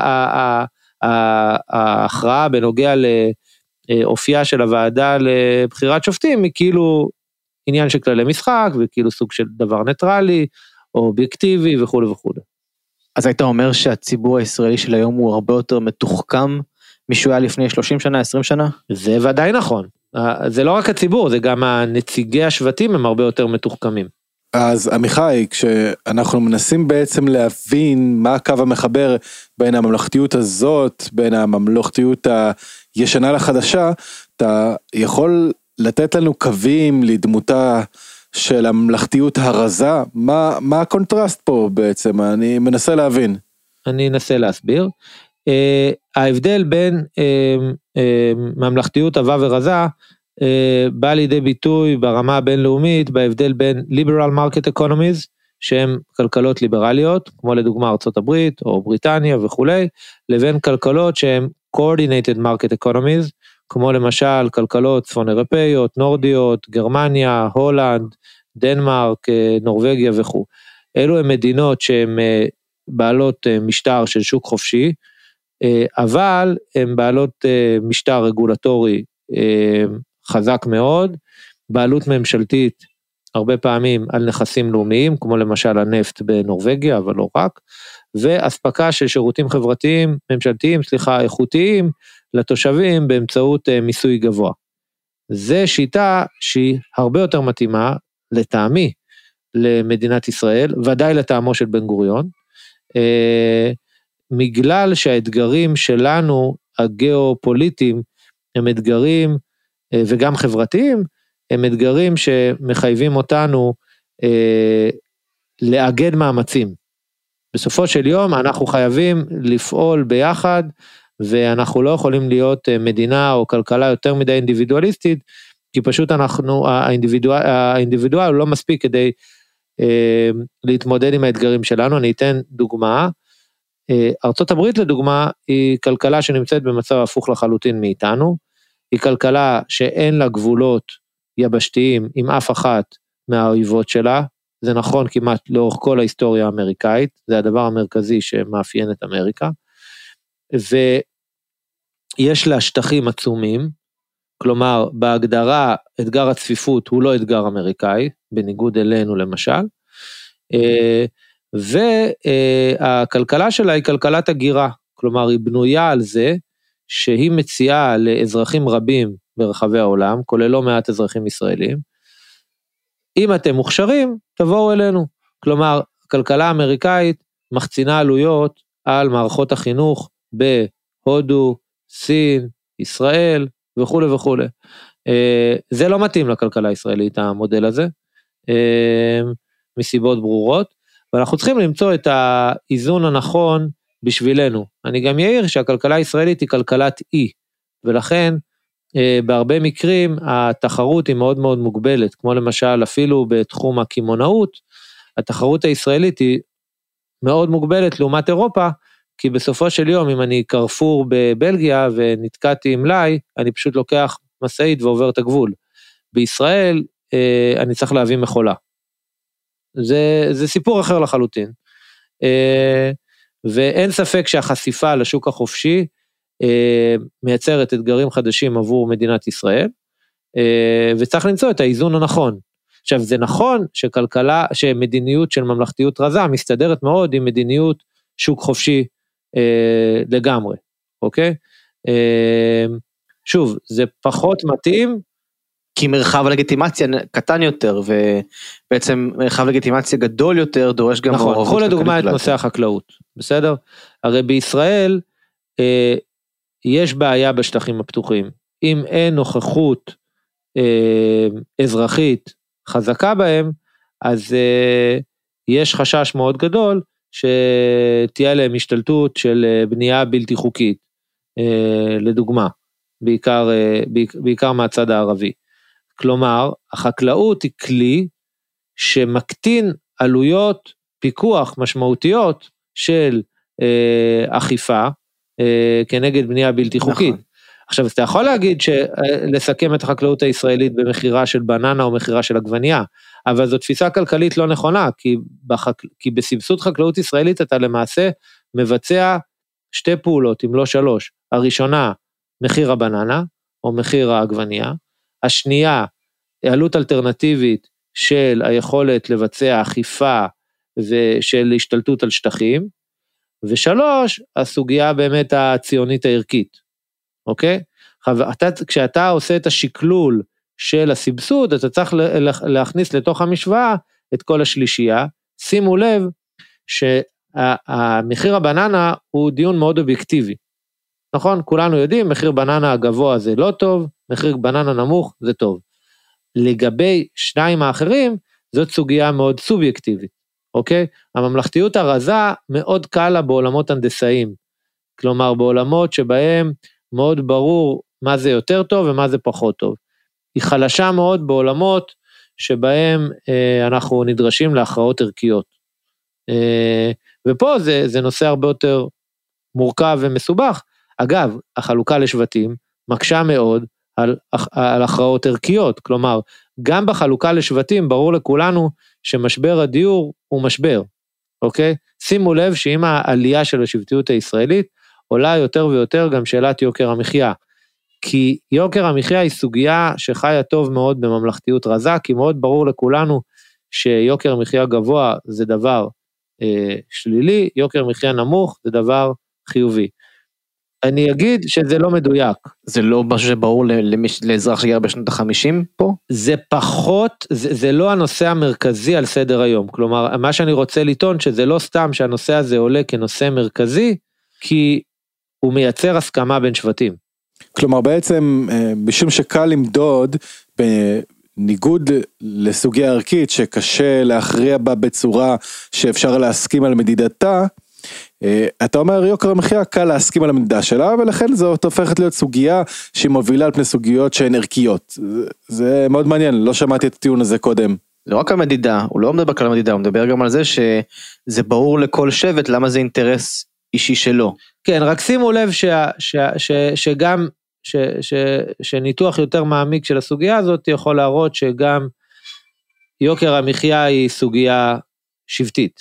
ההכרעה בנוגע לאופייה של הוועדה לבחירת שופטים, היא כאילו עניין של כללי משחק, וכאילו סוג של דבר ניטרלי, או אובייקטיבי וכו' וכו'. אז היית אומר שהציבור הישראלי של היום הוא הרבה יותר מתוחכם, משהו היה לפני שלושים שנה, עשרים שנה? זה ודאי נכון. זה לא רק הציבור, זה גם הנציגי השבטים הם הרבה יותר מתוחכמים. אז עמיחי, כשאנחנו מנסים בעצם להבין מה הקו המחבר בין הממלכתיות הזאת, בין הממלכתיות הישנה לחדשה, אתה יכול לתת לנו קווים לדמותה של הממלכתיות הרזה? מה, מה הקונטרסט פה בעצם? אני מנסה להבין. אני אנסה להסביר. Uh, ההבדל בין uh, uh, ממלכתיות עבה ורזה, Uh, בא לידי ביטוי ברמה הבינלאומית, בהבדל בין liberal market economies, שהן כלכלות ליברליות, כמו לדוגמה ארצות הברית, או בריטניה וכולי, לבין כלכלות שהן coordinated market economies, כמו למשל כלכלות צפון אירופאיות, נורדיות, גרמניה, הולנד, דנמרק, נורווגיה וכו'. אלו הן מדינות שהן בעלות משטר של שוק חופשי, אבל הן בעלות משטר רגולטורי חזק מאוד, בעלות ממשלתית הרבה פעמים על נכסים לאומיים, כמו למשל הנפט בנורווגיה, אבל לא רק, והספקה של שירותים חברתיים, ממשלתיים, סליחה, איכותיים, לתושבים באמצעות מיסוי גבוה. זה שיטה שהיא הרבה יותר מתאימה, לטעמי, למדינת ישראל, ודאי לטעמו של בן גוריון, בגלל שהאתגרים שלנו, הגיאופוליטיים, הם אתגרים, וגם חברתיים, הם אתגרים שמחייבים אותנו אה, לאגד מאמצים. בסופו של יום אנחנו חייבים לפעול ביחד, ואנחנו לא יכולים להיות מדינה או כלכלה יותר מדי אינדיבידואליסטית, כי פשוט אנחנו, האינדיבידואל, האינדיבידואל לא מספיק כדי אה, להתמודד עם האתגרים שלנו. אני אתן דוגמה, אה, ארצות הברית לדוגמה, היא כלכלה שנמצאת במצב הפוך לחלוטין מאיתנו, היא כלכלה שאין לה גבולות יבשתיים עם אף אחת מהאויבות שלה, זה נכון כמעט לאורך כל ההיסטוריה האמריקאית, זה הדבר המרכזי שמאפיין את אמריקה, ויש לה שטחים עצומים, כלומר בהגדרה אתגר הצפיפות הוא לא אתגר אמריקאי, בניגוד אלינו למשל, והכלכלה שלה היא כלכלת הגירה, כלומר היא בנויה על זה, שהיא מציעה לאזרחים רבים ברחבי העולם, כולל לא מעט אזרחים ישראלים, אם אתם מוכשרים, תבואו אלינו. כלומר, הכלכלה האמריקאית מחצינה עלויות על מערכות החינוך בהודו, סין, ישראל וכו' וכו'. זה לא מתאים לכלכלה הישראלית, המודל הזה, מסיבות ברורות, ואנחנו צריכים למצוא את האיזון הנכון בשבילנו. אני גם יעיר שהכלכלה הישראלית היא כלכלת אי, ולכן בהרבה מקרים התחרות היא מאוד מאוד מוגבלת, כמו למשל אפילו בתחום הכימונאות, התחרות הישראלית היא מאוד מוגבלת לעומת אירופה, כי בסופו של יום אם אני קרפור בבלגיה ונתקעתי עם לי, אני פשוט לוקח מסעית ועובר את הגבול. בישראל אני צריך להביא מחולה. זה, זה סיפור אחר לחלוטין. ואין ספק שהחשיפה לשוק החופשי, מייצרת אתגרים חדשים עבור מדינת ישראל, וצריך למצוא את האיזון הנכון. עכשיו זה נכון שכלכלה, שמדיניות של ממלכתיות רזה, מסתדרת מאוד עם מדיניות שוק חופשי אה, לגמרי, אוקיי? אה, שוב, זה פחות מתאים, כי מרחב הלגיטימציה קטן יותר, ובעצם מרחב לגיטימציה גדול יותר, דורש גם... נכון, קחו לדוגמה את נושא החקלאות, בסדר? הרי בישראל, אה, יש בעיה בשטחים הפתוחים, אם אין נוכחות אה, אזרחית חזקה בהם, אז אה, יש חשש מאוד גדול, שתהיה להם השתלטות של בנייה בלתי חוקית, אה, לדוגמה, בעיקר, אה, בעיקר מהצד הערבי. כלומר, החקלאות היא כלי שמקטין עלויות פיקוח משמעותיות של אה, אכיפה אה, כנגד בנייה בלתי חוקית. נכון. עכשיו, אתה יכול להגיד שלסכם את החקלאות הישראלית במחירה של בננה או מחירה של עגבנייה, אבל זו תפיסה כלכלית לא נכונה, כי, בחק... כי בסבסוד חקלאות ישראלית אתה למעשה מבצע שתי פעולות, אם לא שלוש. הראשונה, מחיר הבננה או מחיר העגבנייה, השנייה, עלות אלטרנטיבית של היכולת לבצע אכיפה ושל השתלטות על שטחים, ושלוש, הסוגיה באמת הציונית הערכית, אוקיי? אתה, כשאתה עושה את השקלול של הסבסוד, אתה צריך להכניס לתוך המשוואה את כל השלישייה, שימו לב שהמחיר הבננה הוא דיון מאוד אובייקטיבי, נכון? כולנו יודעים, מחיר בננה הגבוה זה לא טוב, מחיר בננה נמוך זה טוב. לגבי שניים האחרים, זאת סוגיה מאוד סובייקטיבית, אוקיי? הממלכתיות הרזה מאוד קלה בעולמות הנדסאים, כלומר בעולמות שבהם מאוד ברור מה זה יותר טוב ומה זה פחות טוב. היא חלשה מאוד בעולמות שבהם אה, אנחנו נדרשים להכרעות ערכיות. אה, ופה זה, זה נושא הרבה יותר מורכב ומסובך. אגב, החלוקה לשבטים מקשה מאוד על, על הכרעות ערכיות, כלומר, גם בחלוקה לשבטים ברור לכולנו שמשבר הדיור הוא משבר, אוקיי? שימו לב שעם העלייה של השבטיות הישראלית, עולה יותר ויותר גם שאלת יוקר המחיה, כי יוקר המחיה היא סוגיה שחיה טוב מאוד בממלכתיות רזה, כי מאוד ברור לכולנו שיוקר מחיה גבוה זה דבר אה, שלילי, יוקר מחיה נמוך זה דבר חיובי. אני אגיד שזה לא מדויק. זה לא משהו שברור לאזרח שגר בשנות ה-חמישים פה? זה פחות, זה, זה לא הנושא המרכזי על סדר היום, כלומר, מה שאני רוצה לטעון שזה לא סתם שהנושא הזה עולה כנושא מרכזי, כי הוא מייצר הסכמה בין שבטים. כלומר בעצם, בשום שקל למדוד, בניגוד לסוגיה ערכית שקשה להכריע בה בצורה שאפשר להסכים על מדידתה, אתה אומר יוקר המחיה קל להסכים על המדידה שלה, ולכן זאת הופכת להיות סוגיה שהיא מובילה על פני סוגיות שהן ערכיות. זה, זה מאוד מעניין, לא שמעתי את הטיעון הזה קודם. לא רק המדידה, הוא לא מדבר על המדידה, הוא מדבר גם על זה שזה ברור לכל שבט למה זה אינטרס אישי שלו. כן, רק שימו לב ש, ש, ש, שגם, ש, ש, שניתוח יותר מעמיק של הסוגיה הזאת יכול להראות שגם יוקר המחיה היא סוגיה שבטית.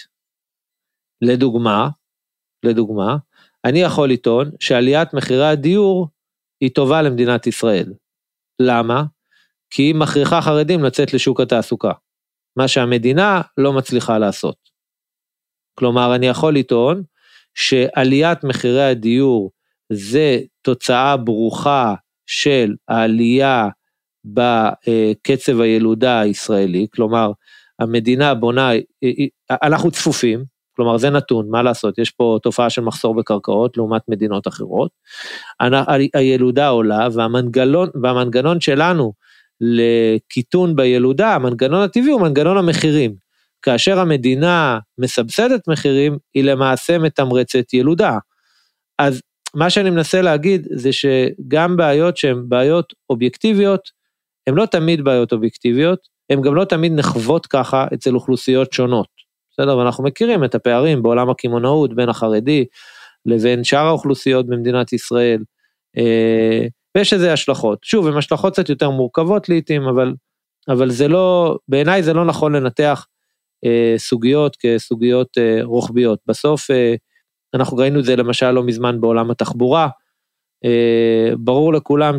לדוגמה, לדוגמה, אני יכול לטעון שעליית מחירי הדיור היא טובה למדינת ישראל. למה? כי היא מכריחה חרדים לצאת לשוק התעסוקה, מה שהמדינה לא מצליחה לעשות. כלומר, אני יכול לטעון שעליית מחירי הדיור זה תוצאה ברוכה של העלייה בקצב הילודה הישראלי, כלומר, המדינה בונה, אנחנו צפופים, כלומר זה נתון, מה לעשות, יש פה תופעה של מחסור בקרקעות לעומת מדינות אחרות, הילודה עולה, והמנגנון, והמנגנון שלנו לקיטון בילודה, המנגנון הטבעי הוא מנגנון המחירים, כאשר המדינה מסבסדת מחירים, היא למעשה מתמרצת ילודה, אז מה שאני מנסה להגיד, זה שגם בעיות שהן בעיות אובייקטיביות, הן לא תמיד בעיות אובייקטיביות, הן גם לא תמיד נחוות ככה אצל אוכלוסיות שונות, בסדר? ואנחנו מכירים את הפערים בעולם הכימונאות, בין החרדי לבין שאר האוכלוסיות במדינת ישראל, ויש איזה השלכות, שוב, הן השלכות קצת יותר מורכבות לעתים, אבל, אבל זה לא, בעיניי זה לא נכון לנתח סוגיות כסוגיות רוחביות, בסוף אנחנו ראינו את זה למשל לא מזמן בעולם התחבורה, ברור לכולם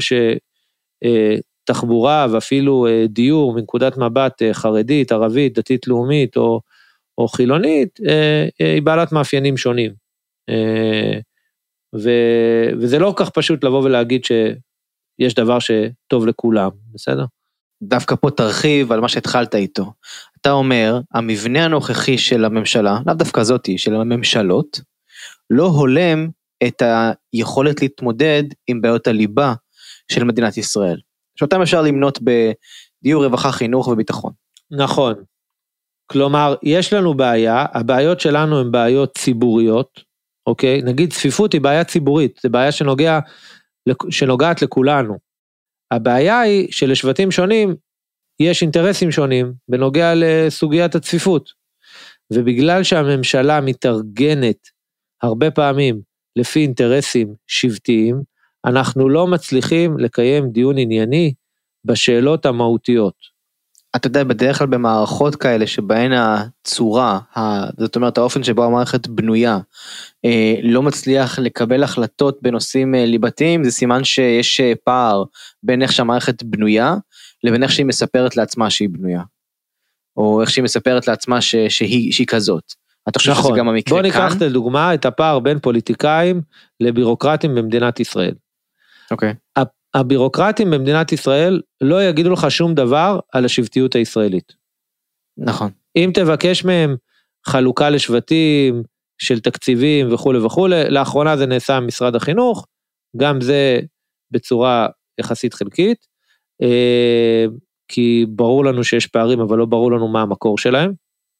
שתחבורה ואפילו דיור מנקודת מבט חרדית, ערבית, דתית לאומית או, או חילונית, היא בעלת מאפיינים שונים, ו, וזה לא כל כך פשוט לבוא ולהגיד שיש דבר שטוב לכולם, בסדר? דווקא פה תרחיב על מה שהתחלת איתו. אתה אומר, המבנה הנוכחי של הממשלה, לאו דווקא זאתי, של הממשלות, לא הולם את היכולת להתמודד עם בעיות הליבה של מדינת ישראל. שאותם אפשר למנות בדיור, רווחה, חינוך וביטחון. נכון. כלומר, יש לנו בעיה, הבעיות שלנו הן בעיות ציבוריות, אוקיי? נגיד צפיפות היא בעיה ציבורית, זה בעיה שנוגע, שנוגעת לכולנו. הבעיה היא שלשבטים שונים יש אינטרסים שונים בנוגע לסוגיית הצפיפות, ובגלל שהממשלה מתארגנת הרבה פעמים לפי אינטרסים שבטיים, אנחנו לא מצליחים לקיים דיון ענייני בשאלות המהותיות. אתה יודע, בדרך כלל במערכות כאלה שבהן הצורה, זאת אומרת האופן שבו המערכת בנויה, לא מצליח לקבל החלטות בנושאים ליבתיים, זה סימן שיש פער בין איך שהמערכת בנויה, לבין איך שהיא מספרת לעצמה שהיא בנויה, או איך שהיא מספרת לעצמה שהיא, שהיא כזאת. אתה חושב שזה גם המקרה כאן? בוא ניקח לדוגמה את הפער בין פוליטיקאים לבירוקרטים במדינת ישראל. אוקיי. הבירוקרטים במדינת ישראל לא יגידו לך שום דבר על השבטיות הישראלית. נכון. אם תבקש מהם חלוקה לשבטים, של תקציבים וכו' וכו', לאחרונה זה נעשה במשרד החינוך, גם זה בצורה יחסית חלקית, כי ברור לנו שיש פערים, אבל לא ברור לנו מה המקור שלהם,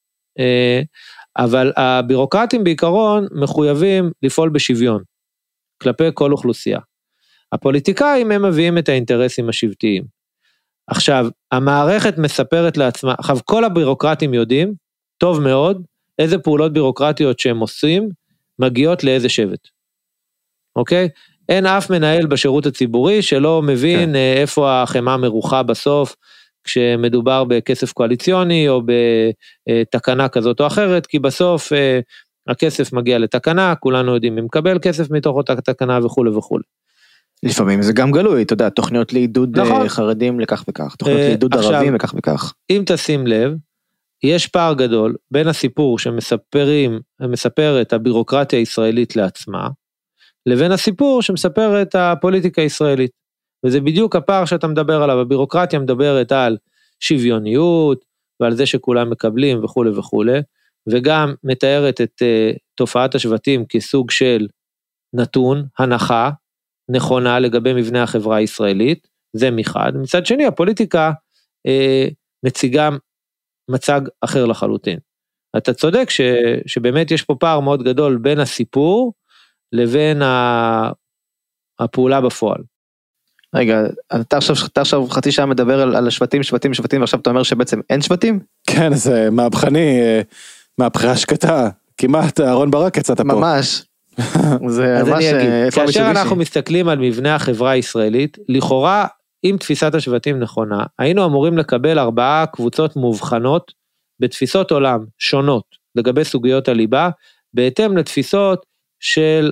אבל הבירוקרטים בעיקרון מחויבים לפעול בשוויון, כלפי כל אוכלוסייה. הפוליטיקאים הם מביאים את האינטרסים השבטיים. עכשיו, המערכת מספרת לעצמה, עכשיו כל הבירוקרטים יודעים, טוב מאוד, איזה פעולות בירוקרטיות שהם עושים, מגיעות לאיזה שבט. אוקיי? אין אף מנהל בשירות הציבורי, שלא מבין כן. איפה החמה מרוחה בסוף, כשמדובר בכסף קואליציוני, או בתקנה כזאת או אחרת, כי בסוף הכסף מגיע לתקנה, כולנו יודעים מי מקבל כסף מתוך אותה תקנה וכו' וכו'. לפעמים זה גם גלוי, אתה יודע, תוכניות לעידוד נכון. חרדים לכך וכך, תוכניות לעידוד עכשיו, ערבים לכך וכך. אם תשים לב, יש פער גדול בין הסיפור שמספרים, מספר את הבירוקרטיה הישראלית לעצמה, לבין הסיפור שמספר את הפוליטיקה הישראלית. וזה בדיוק הפער שאתה מדבר עליו, הבירוקרטיה מדברת על שוויוניות, ועל זה שכולם מקבלים וכו' וכו', וגם מתארת את uh, תופעת השבטים כסוג של נתון, הנחה, נכונה לגבי מבנה החברה הישראלית, זה מחד. מצד שני, הפוליטיקה אה, מציגה מצג אחר לחלוטין. אתה צודק ש, שבאמת יש פה פער מאוד גדול בין הסיפור, לבין ה, הפעולה בפועל. רגע, אתה עכשיו, אתה עכשיו חצי שעה מדבר על, על השבטים, שבטים, שבטים, ועכשיו אתה אומר שבעצם אין שבטים? כן, זה מהפכני, מהפכה שקטה, כמעט אהרון ברק יצאת פה. ממש. זה אז אני אגיד, כאשר אנחנו מסתכלים על מבנה החברה הישראלית, לכאורה, אם תפיסת השבטים נכונה, היינו אמורים לקבל ארבעה קבוצות מובחנות, בתפיסות עולם שונות, לגבי סוגיות הליבה, בהתאם לתפיסות של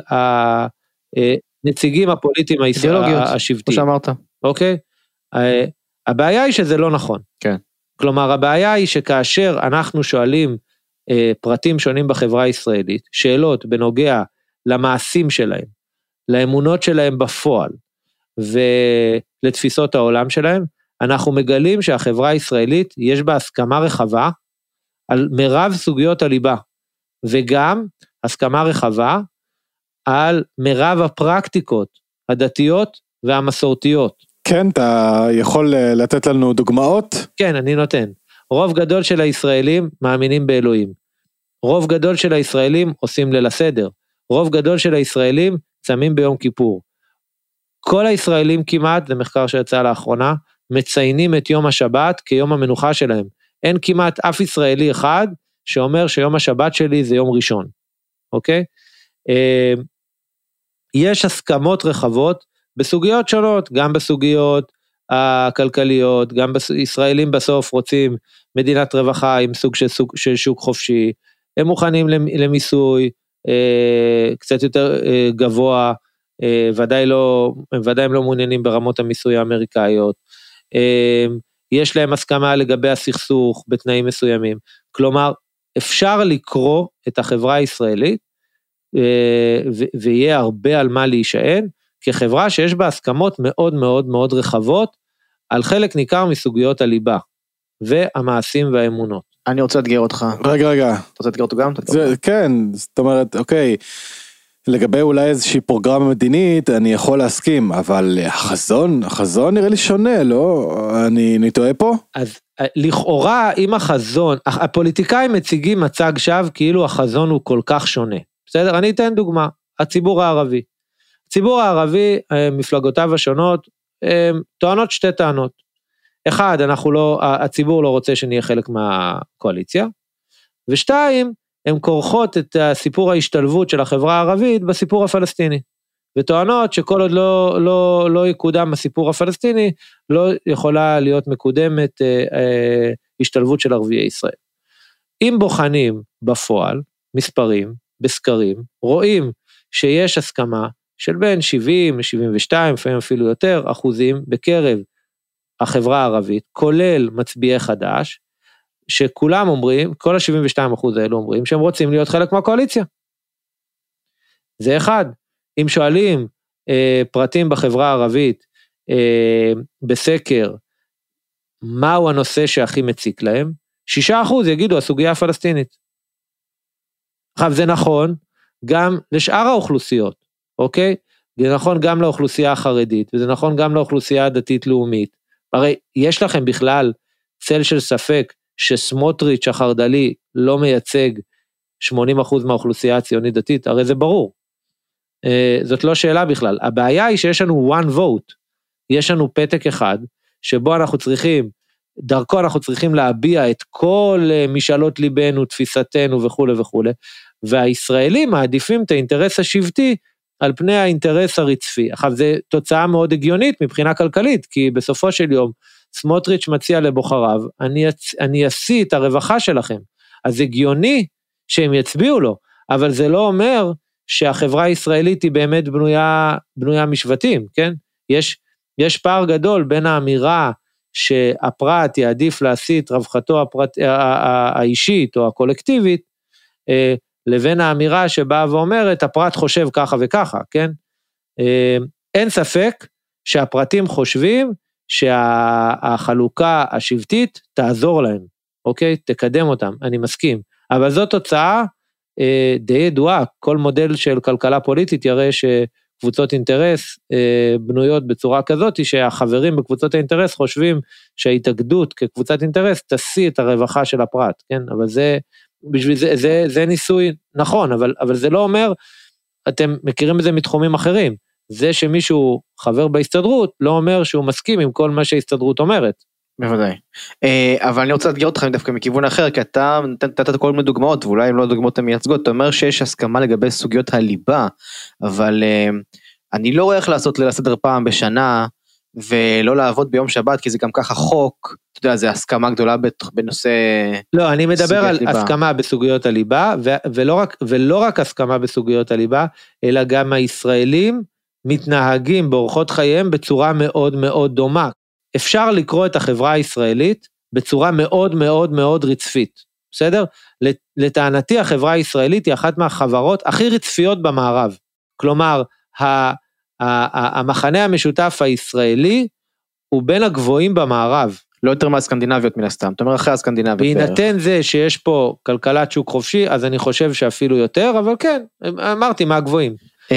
הנציגים הפוליטיים השבטיים. כמו שאמרת. אוקיי? הבעיה היא שזה לא נכון. כן. כלומר, הבעיה היא שכאשר אנחנו שואלים פרטים שונים בחברה הישראלית, שאלות בנוגע למעשים שלהם, לאמונות שלהם בפועל, ולתפיסות העולם שלהם, אנחנו מגלים שהחברה הישראלית יש בה הסכמה רחבה, על מרב סוגיות הליבה, וגם הסכמה רחבה, על מרב הפרקטיקות, הדתיות והמסורתיות. כן, אתה יכול לתת לנו דוגמאות? כן, אני נותן. רוב גדול של הישראלים מאמינים באלוהים. רוב גדול של הישראלים עושים ליל הסדר. רוב גדול של הישראלים צמים ביום כיפור. כל הישראלים כמעט, זה מחקר שיצא לאחרונה, מציינים את יום השבת כיום המנוחה שלהם. אין כמעט אף ישראלי אחד שאומר שיום השבת שלי זה יום ראשון. אוקיי? יש הסכמות רחבות בסוגיות שונות, גם בסוגיות הכלכליות, גם ישראלים בסוף רוצים מדינת רווחה עם סוג של, סוג, של שוק חופשי, הם מוכנים למיסוי אה, קצת יותר אה, גבוה, אה, ודאי, לא, ודאי הם לא מעוניינים ברמות המיסוי האמריקאיות, אה, יש להם הסכמה לגבי הסכסוך בתנאים מסוימים, כלומר אפשר לקרוא את החברה הישראלית ויהיה הרבה על מה להישען, כחברה שיש בה הסכמות מאוד מאוד מאוד רחבות, על חלק ניכר מסוגיות הליבה, והמעשים והאמונות. אני רוצה לאתגר אותך. רגע, רגע. אתה רוצה לאתגר אותו גם? זה, כן, זאת אומרת, אוקיי, לגבי אולי איזושהי פרוגרמה מדינית, אני יכול להסכים, אבל החזון, החזון נראה לי שונה, לא? אני, אני טועה פה? אז לכאורה, אם החזון, הפוליטיקאים מציגים מצג שווא, כאילו החזון הוא כל כך שונה. בסדר? אני אתן דוגמה, הציבור הערבי. הציבור הערבי, מפלגותיו השונות, טוענות שתי טענות. אחד, אנחנו לא, הציבור לא רוצה שנהיה חלק מהקואליציה, ושתיים, הן כורכות את הסיפור ההשתלבות של החברה הערבית בסיפור הפלסטיני, וטוענות שכל עוד לא, לא, לא יקודם הסיפור הפלסטיני, לא יכולה להיות מקודמת אה, אה, השתלבות של ערביי ישראל. אם בוחנים בפועל, מספרים, בסקרים, רואים שיש הסכמה של בין שבעים ל-שבעים ושתיים, לפעמים אפילו יותר, אחוזים בקרב החברה הערבית, כולל מצביעי חד"ש, שכולם אומרים, כל ה-שבעים ושתיים אחוז האלו אומרים, שהם רוצים להיות חלק מהקואליציה. זה אחד. אם שואלים אה, פרטים בחברה הערבית, אה, בסקר, מהו הנושא שהכי מציק להם, שישה אחוז יגידו הסוגיה הפלסטינית. עכשיו זה נכון, גם לשאר האוכלוסיות, אוקיי? זה נכון גם לאוכלוסייה החרדית, וזה נכון גם לאוכלוסייה הדתית-לאומית. הרי יש לכם בכלל צל של ספק, שסמוטריץ' החרד"לי לא מייצג שמונים אחוז מהאוכלוסייה הציונית דתית, הרי זה ברור. זאת לא שאלה בכלל. הבעיה היא שיש לנו one vote, יש לנו פתק אחד, שבו אנחנו צריכים, דרכו אנחנו צריכים להביע את כל משאלות ליבנו, תפיסתנו וכו' וכו', והישראלים מעדיפים את האינטרס השבטי, על פני האינטרס הרצפי. עכשיו, זו תוצאה מאוד הגיונית מבחינה כלכלית, כי בסופו של יום, סמוטריץ' מציע לבוחריו, אני, אני אעשי את הרווחה שלכם. אז הגיוני שהם יצביעו לו, אבל זה לא אומר שהחברה הישראלית היא באמת בנויה, בנויה משבטים, כן? יש, יש פער גדול בין האמירה שהפרט יעדיף להסיט רווחתו הפרט, האישית או הקולקטיבית, לבין האמירה שבאה ואומרת, הפרט חושב ככה וככה, כן? אין ספק שהפרטים חושבים שהחלוקה השבטית תעזור להם, אוקיי? תקדם אותם, אני מסכים. אבל זו תוצאה די ידועה, כל מודל של כלכלה פוליטית יראה שקבוצות אינטרס בנויות בצורה כזאת, שהחברים בקבוצות האינטרס חושבים שההתאגדות כקבוצת אינטרס תשיא את הרווחה של הפרט, כן? אבל זה, בשביל זה, זה, זה ניסוי נכון, אבל, אבל זה לא אומר, אתם מכירים את זה מתחומים אחרים, זה שמישהו חבר בהסתדרות, לא אומר שהוא מסכים עם כל מה שההסתדרות אומרת. בוודאי. אבל אני רוצה להדגיר אותך דווקא מכיוון אחר, כי אתה נתת כל מיני דוגמאות, ואולי אם לא דוגמאות המייצגות, אתה אומר שיש הסכמה לגבי סוגיות הליבה, אבל אני לא רואה איך לעשות ליל הסדר פעם בשנה, ולא לעבוד ביום שבת, כי זה גם ככה חוק, אתה יודע, זה הסכמה גדולה בנושא... לא, אני מדבר על הסכמה בסוגיות הליבה, ולא רק, ולא רק הסכמה בסוגיות הליבה, אלא גם הישראלים מתנהגים באורחות חייהם בצורה מאוד מאוד דומה. אפשר לקרוא את החברה הישראלית בצורה מאוד מאוד מאוד רצפית, בסדר? לטענתי החברה הישראלית היא אחת מהחברות הכי רצפיות במערב, כלומר, המחנה המשותף הישראלי הוא בין הגבוהים במערב. לא יותר מהסקנדינביות מן הסתם, אתה אומר אחרי הסקנדינביות. בהינתן זה שיש פה כלכלת שוק חופשי, אז אני חושב שאפילו יותר, אבל כן, אמרתי מה הגבוהים.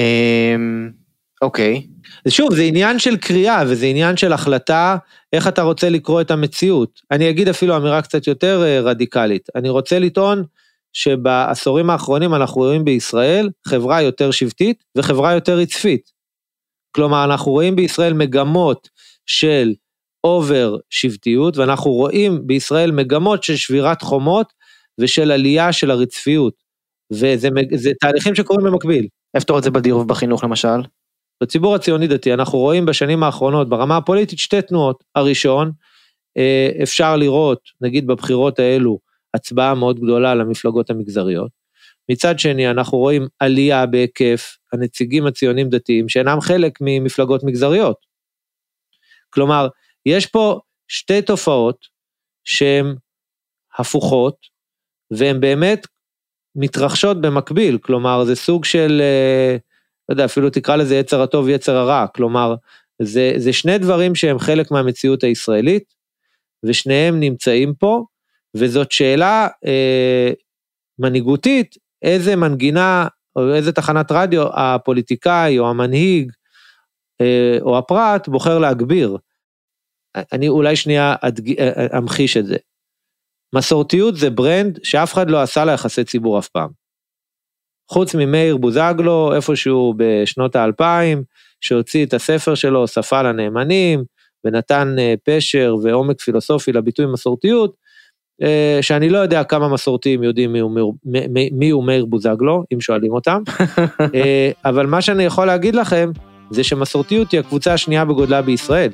אוקיי. שוב, זה עניין של קריאה, וזה עניין של החלטה, איך אתה רוצה לקרוא את המציאות. אני אגיד אפילו אמירה קצת יותר רדיקלית. אני רוצה לטעון שבעשורים האחרונים אנחנו רואים בישראל חברה יותר שבטית וחברה יותר רצפית. כלומר, אנחנו רואים בישראל מגמות של אובר שבטיות, ואנחנו רואים בישראל מגמות של שבירת חומות ושל עלייה של הרצפיות. וזה זה תהליכים שקורים במקביל. איפה אתה רואה את זה בדיור ובחינוך למשל? בציבור הציוני דתי, אנחנו רואים בשנים האחרונות, ברמה הפוליטית, שתי תנועות. הראשון, אפשר לראות, נגיד בבחירות האלו, הצבעה מאוד גדולה למפלגות המגזריות. מצד שני, אנחנו רואים עלייה בהיקף הנציגים הציונים דתיים, שאינם חלק ממפלגות מגזריות. כלומר, יש פה שתי תופעות שהן הפוכות, והן באמת מתרחשות במקביל, כלומר זה סוג של, לא יודע, אפילו תקרא לזה יצר הטוב יצר הרע, כלומר זה, זה שני דברים שהם חלק מהמציאות הישראלית, ושניהם נמצאים פה, וזאת שאלה אה, מנהיגותית, איזה מנגינה, או איזה תחנת רדיו, הפוליטיקאי או המנהיג, אה, או הפרט, בוחר להגביר. אני אולי שנייה אדג... אמחיש את זה. מסורתיות זה ברנד שאף אחד לא עשה לה יחסי ציבור אף פעם. חוץ ממאיר בוזגלו, איפשהו בשנות האלפיים, שהוציא את הספר שלו, שפה לנאמנים, ונתן פשר ועומק פילוסופי לביטוי מסורתיות, שאני לא יודע כמה מסורתיים יודעים מי הוא, מי, מי הוא מאיר בוזגלו, אם שואלים אותם, אבל מה שאני יכול להגיד לכם, זה שמסורתיות היא הקבוצה השנייה בגודלה בישראל.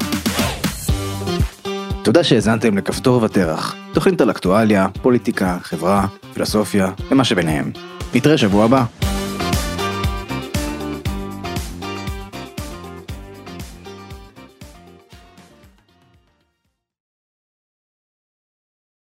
תודה שהזנתם לכפתור ותרח, תוכנית על אקטואליה, פוליטיקה, חברה, פילוסופיה ומה שביניהם. נתראה שבוע הבא.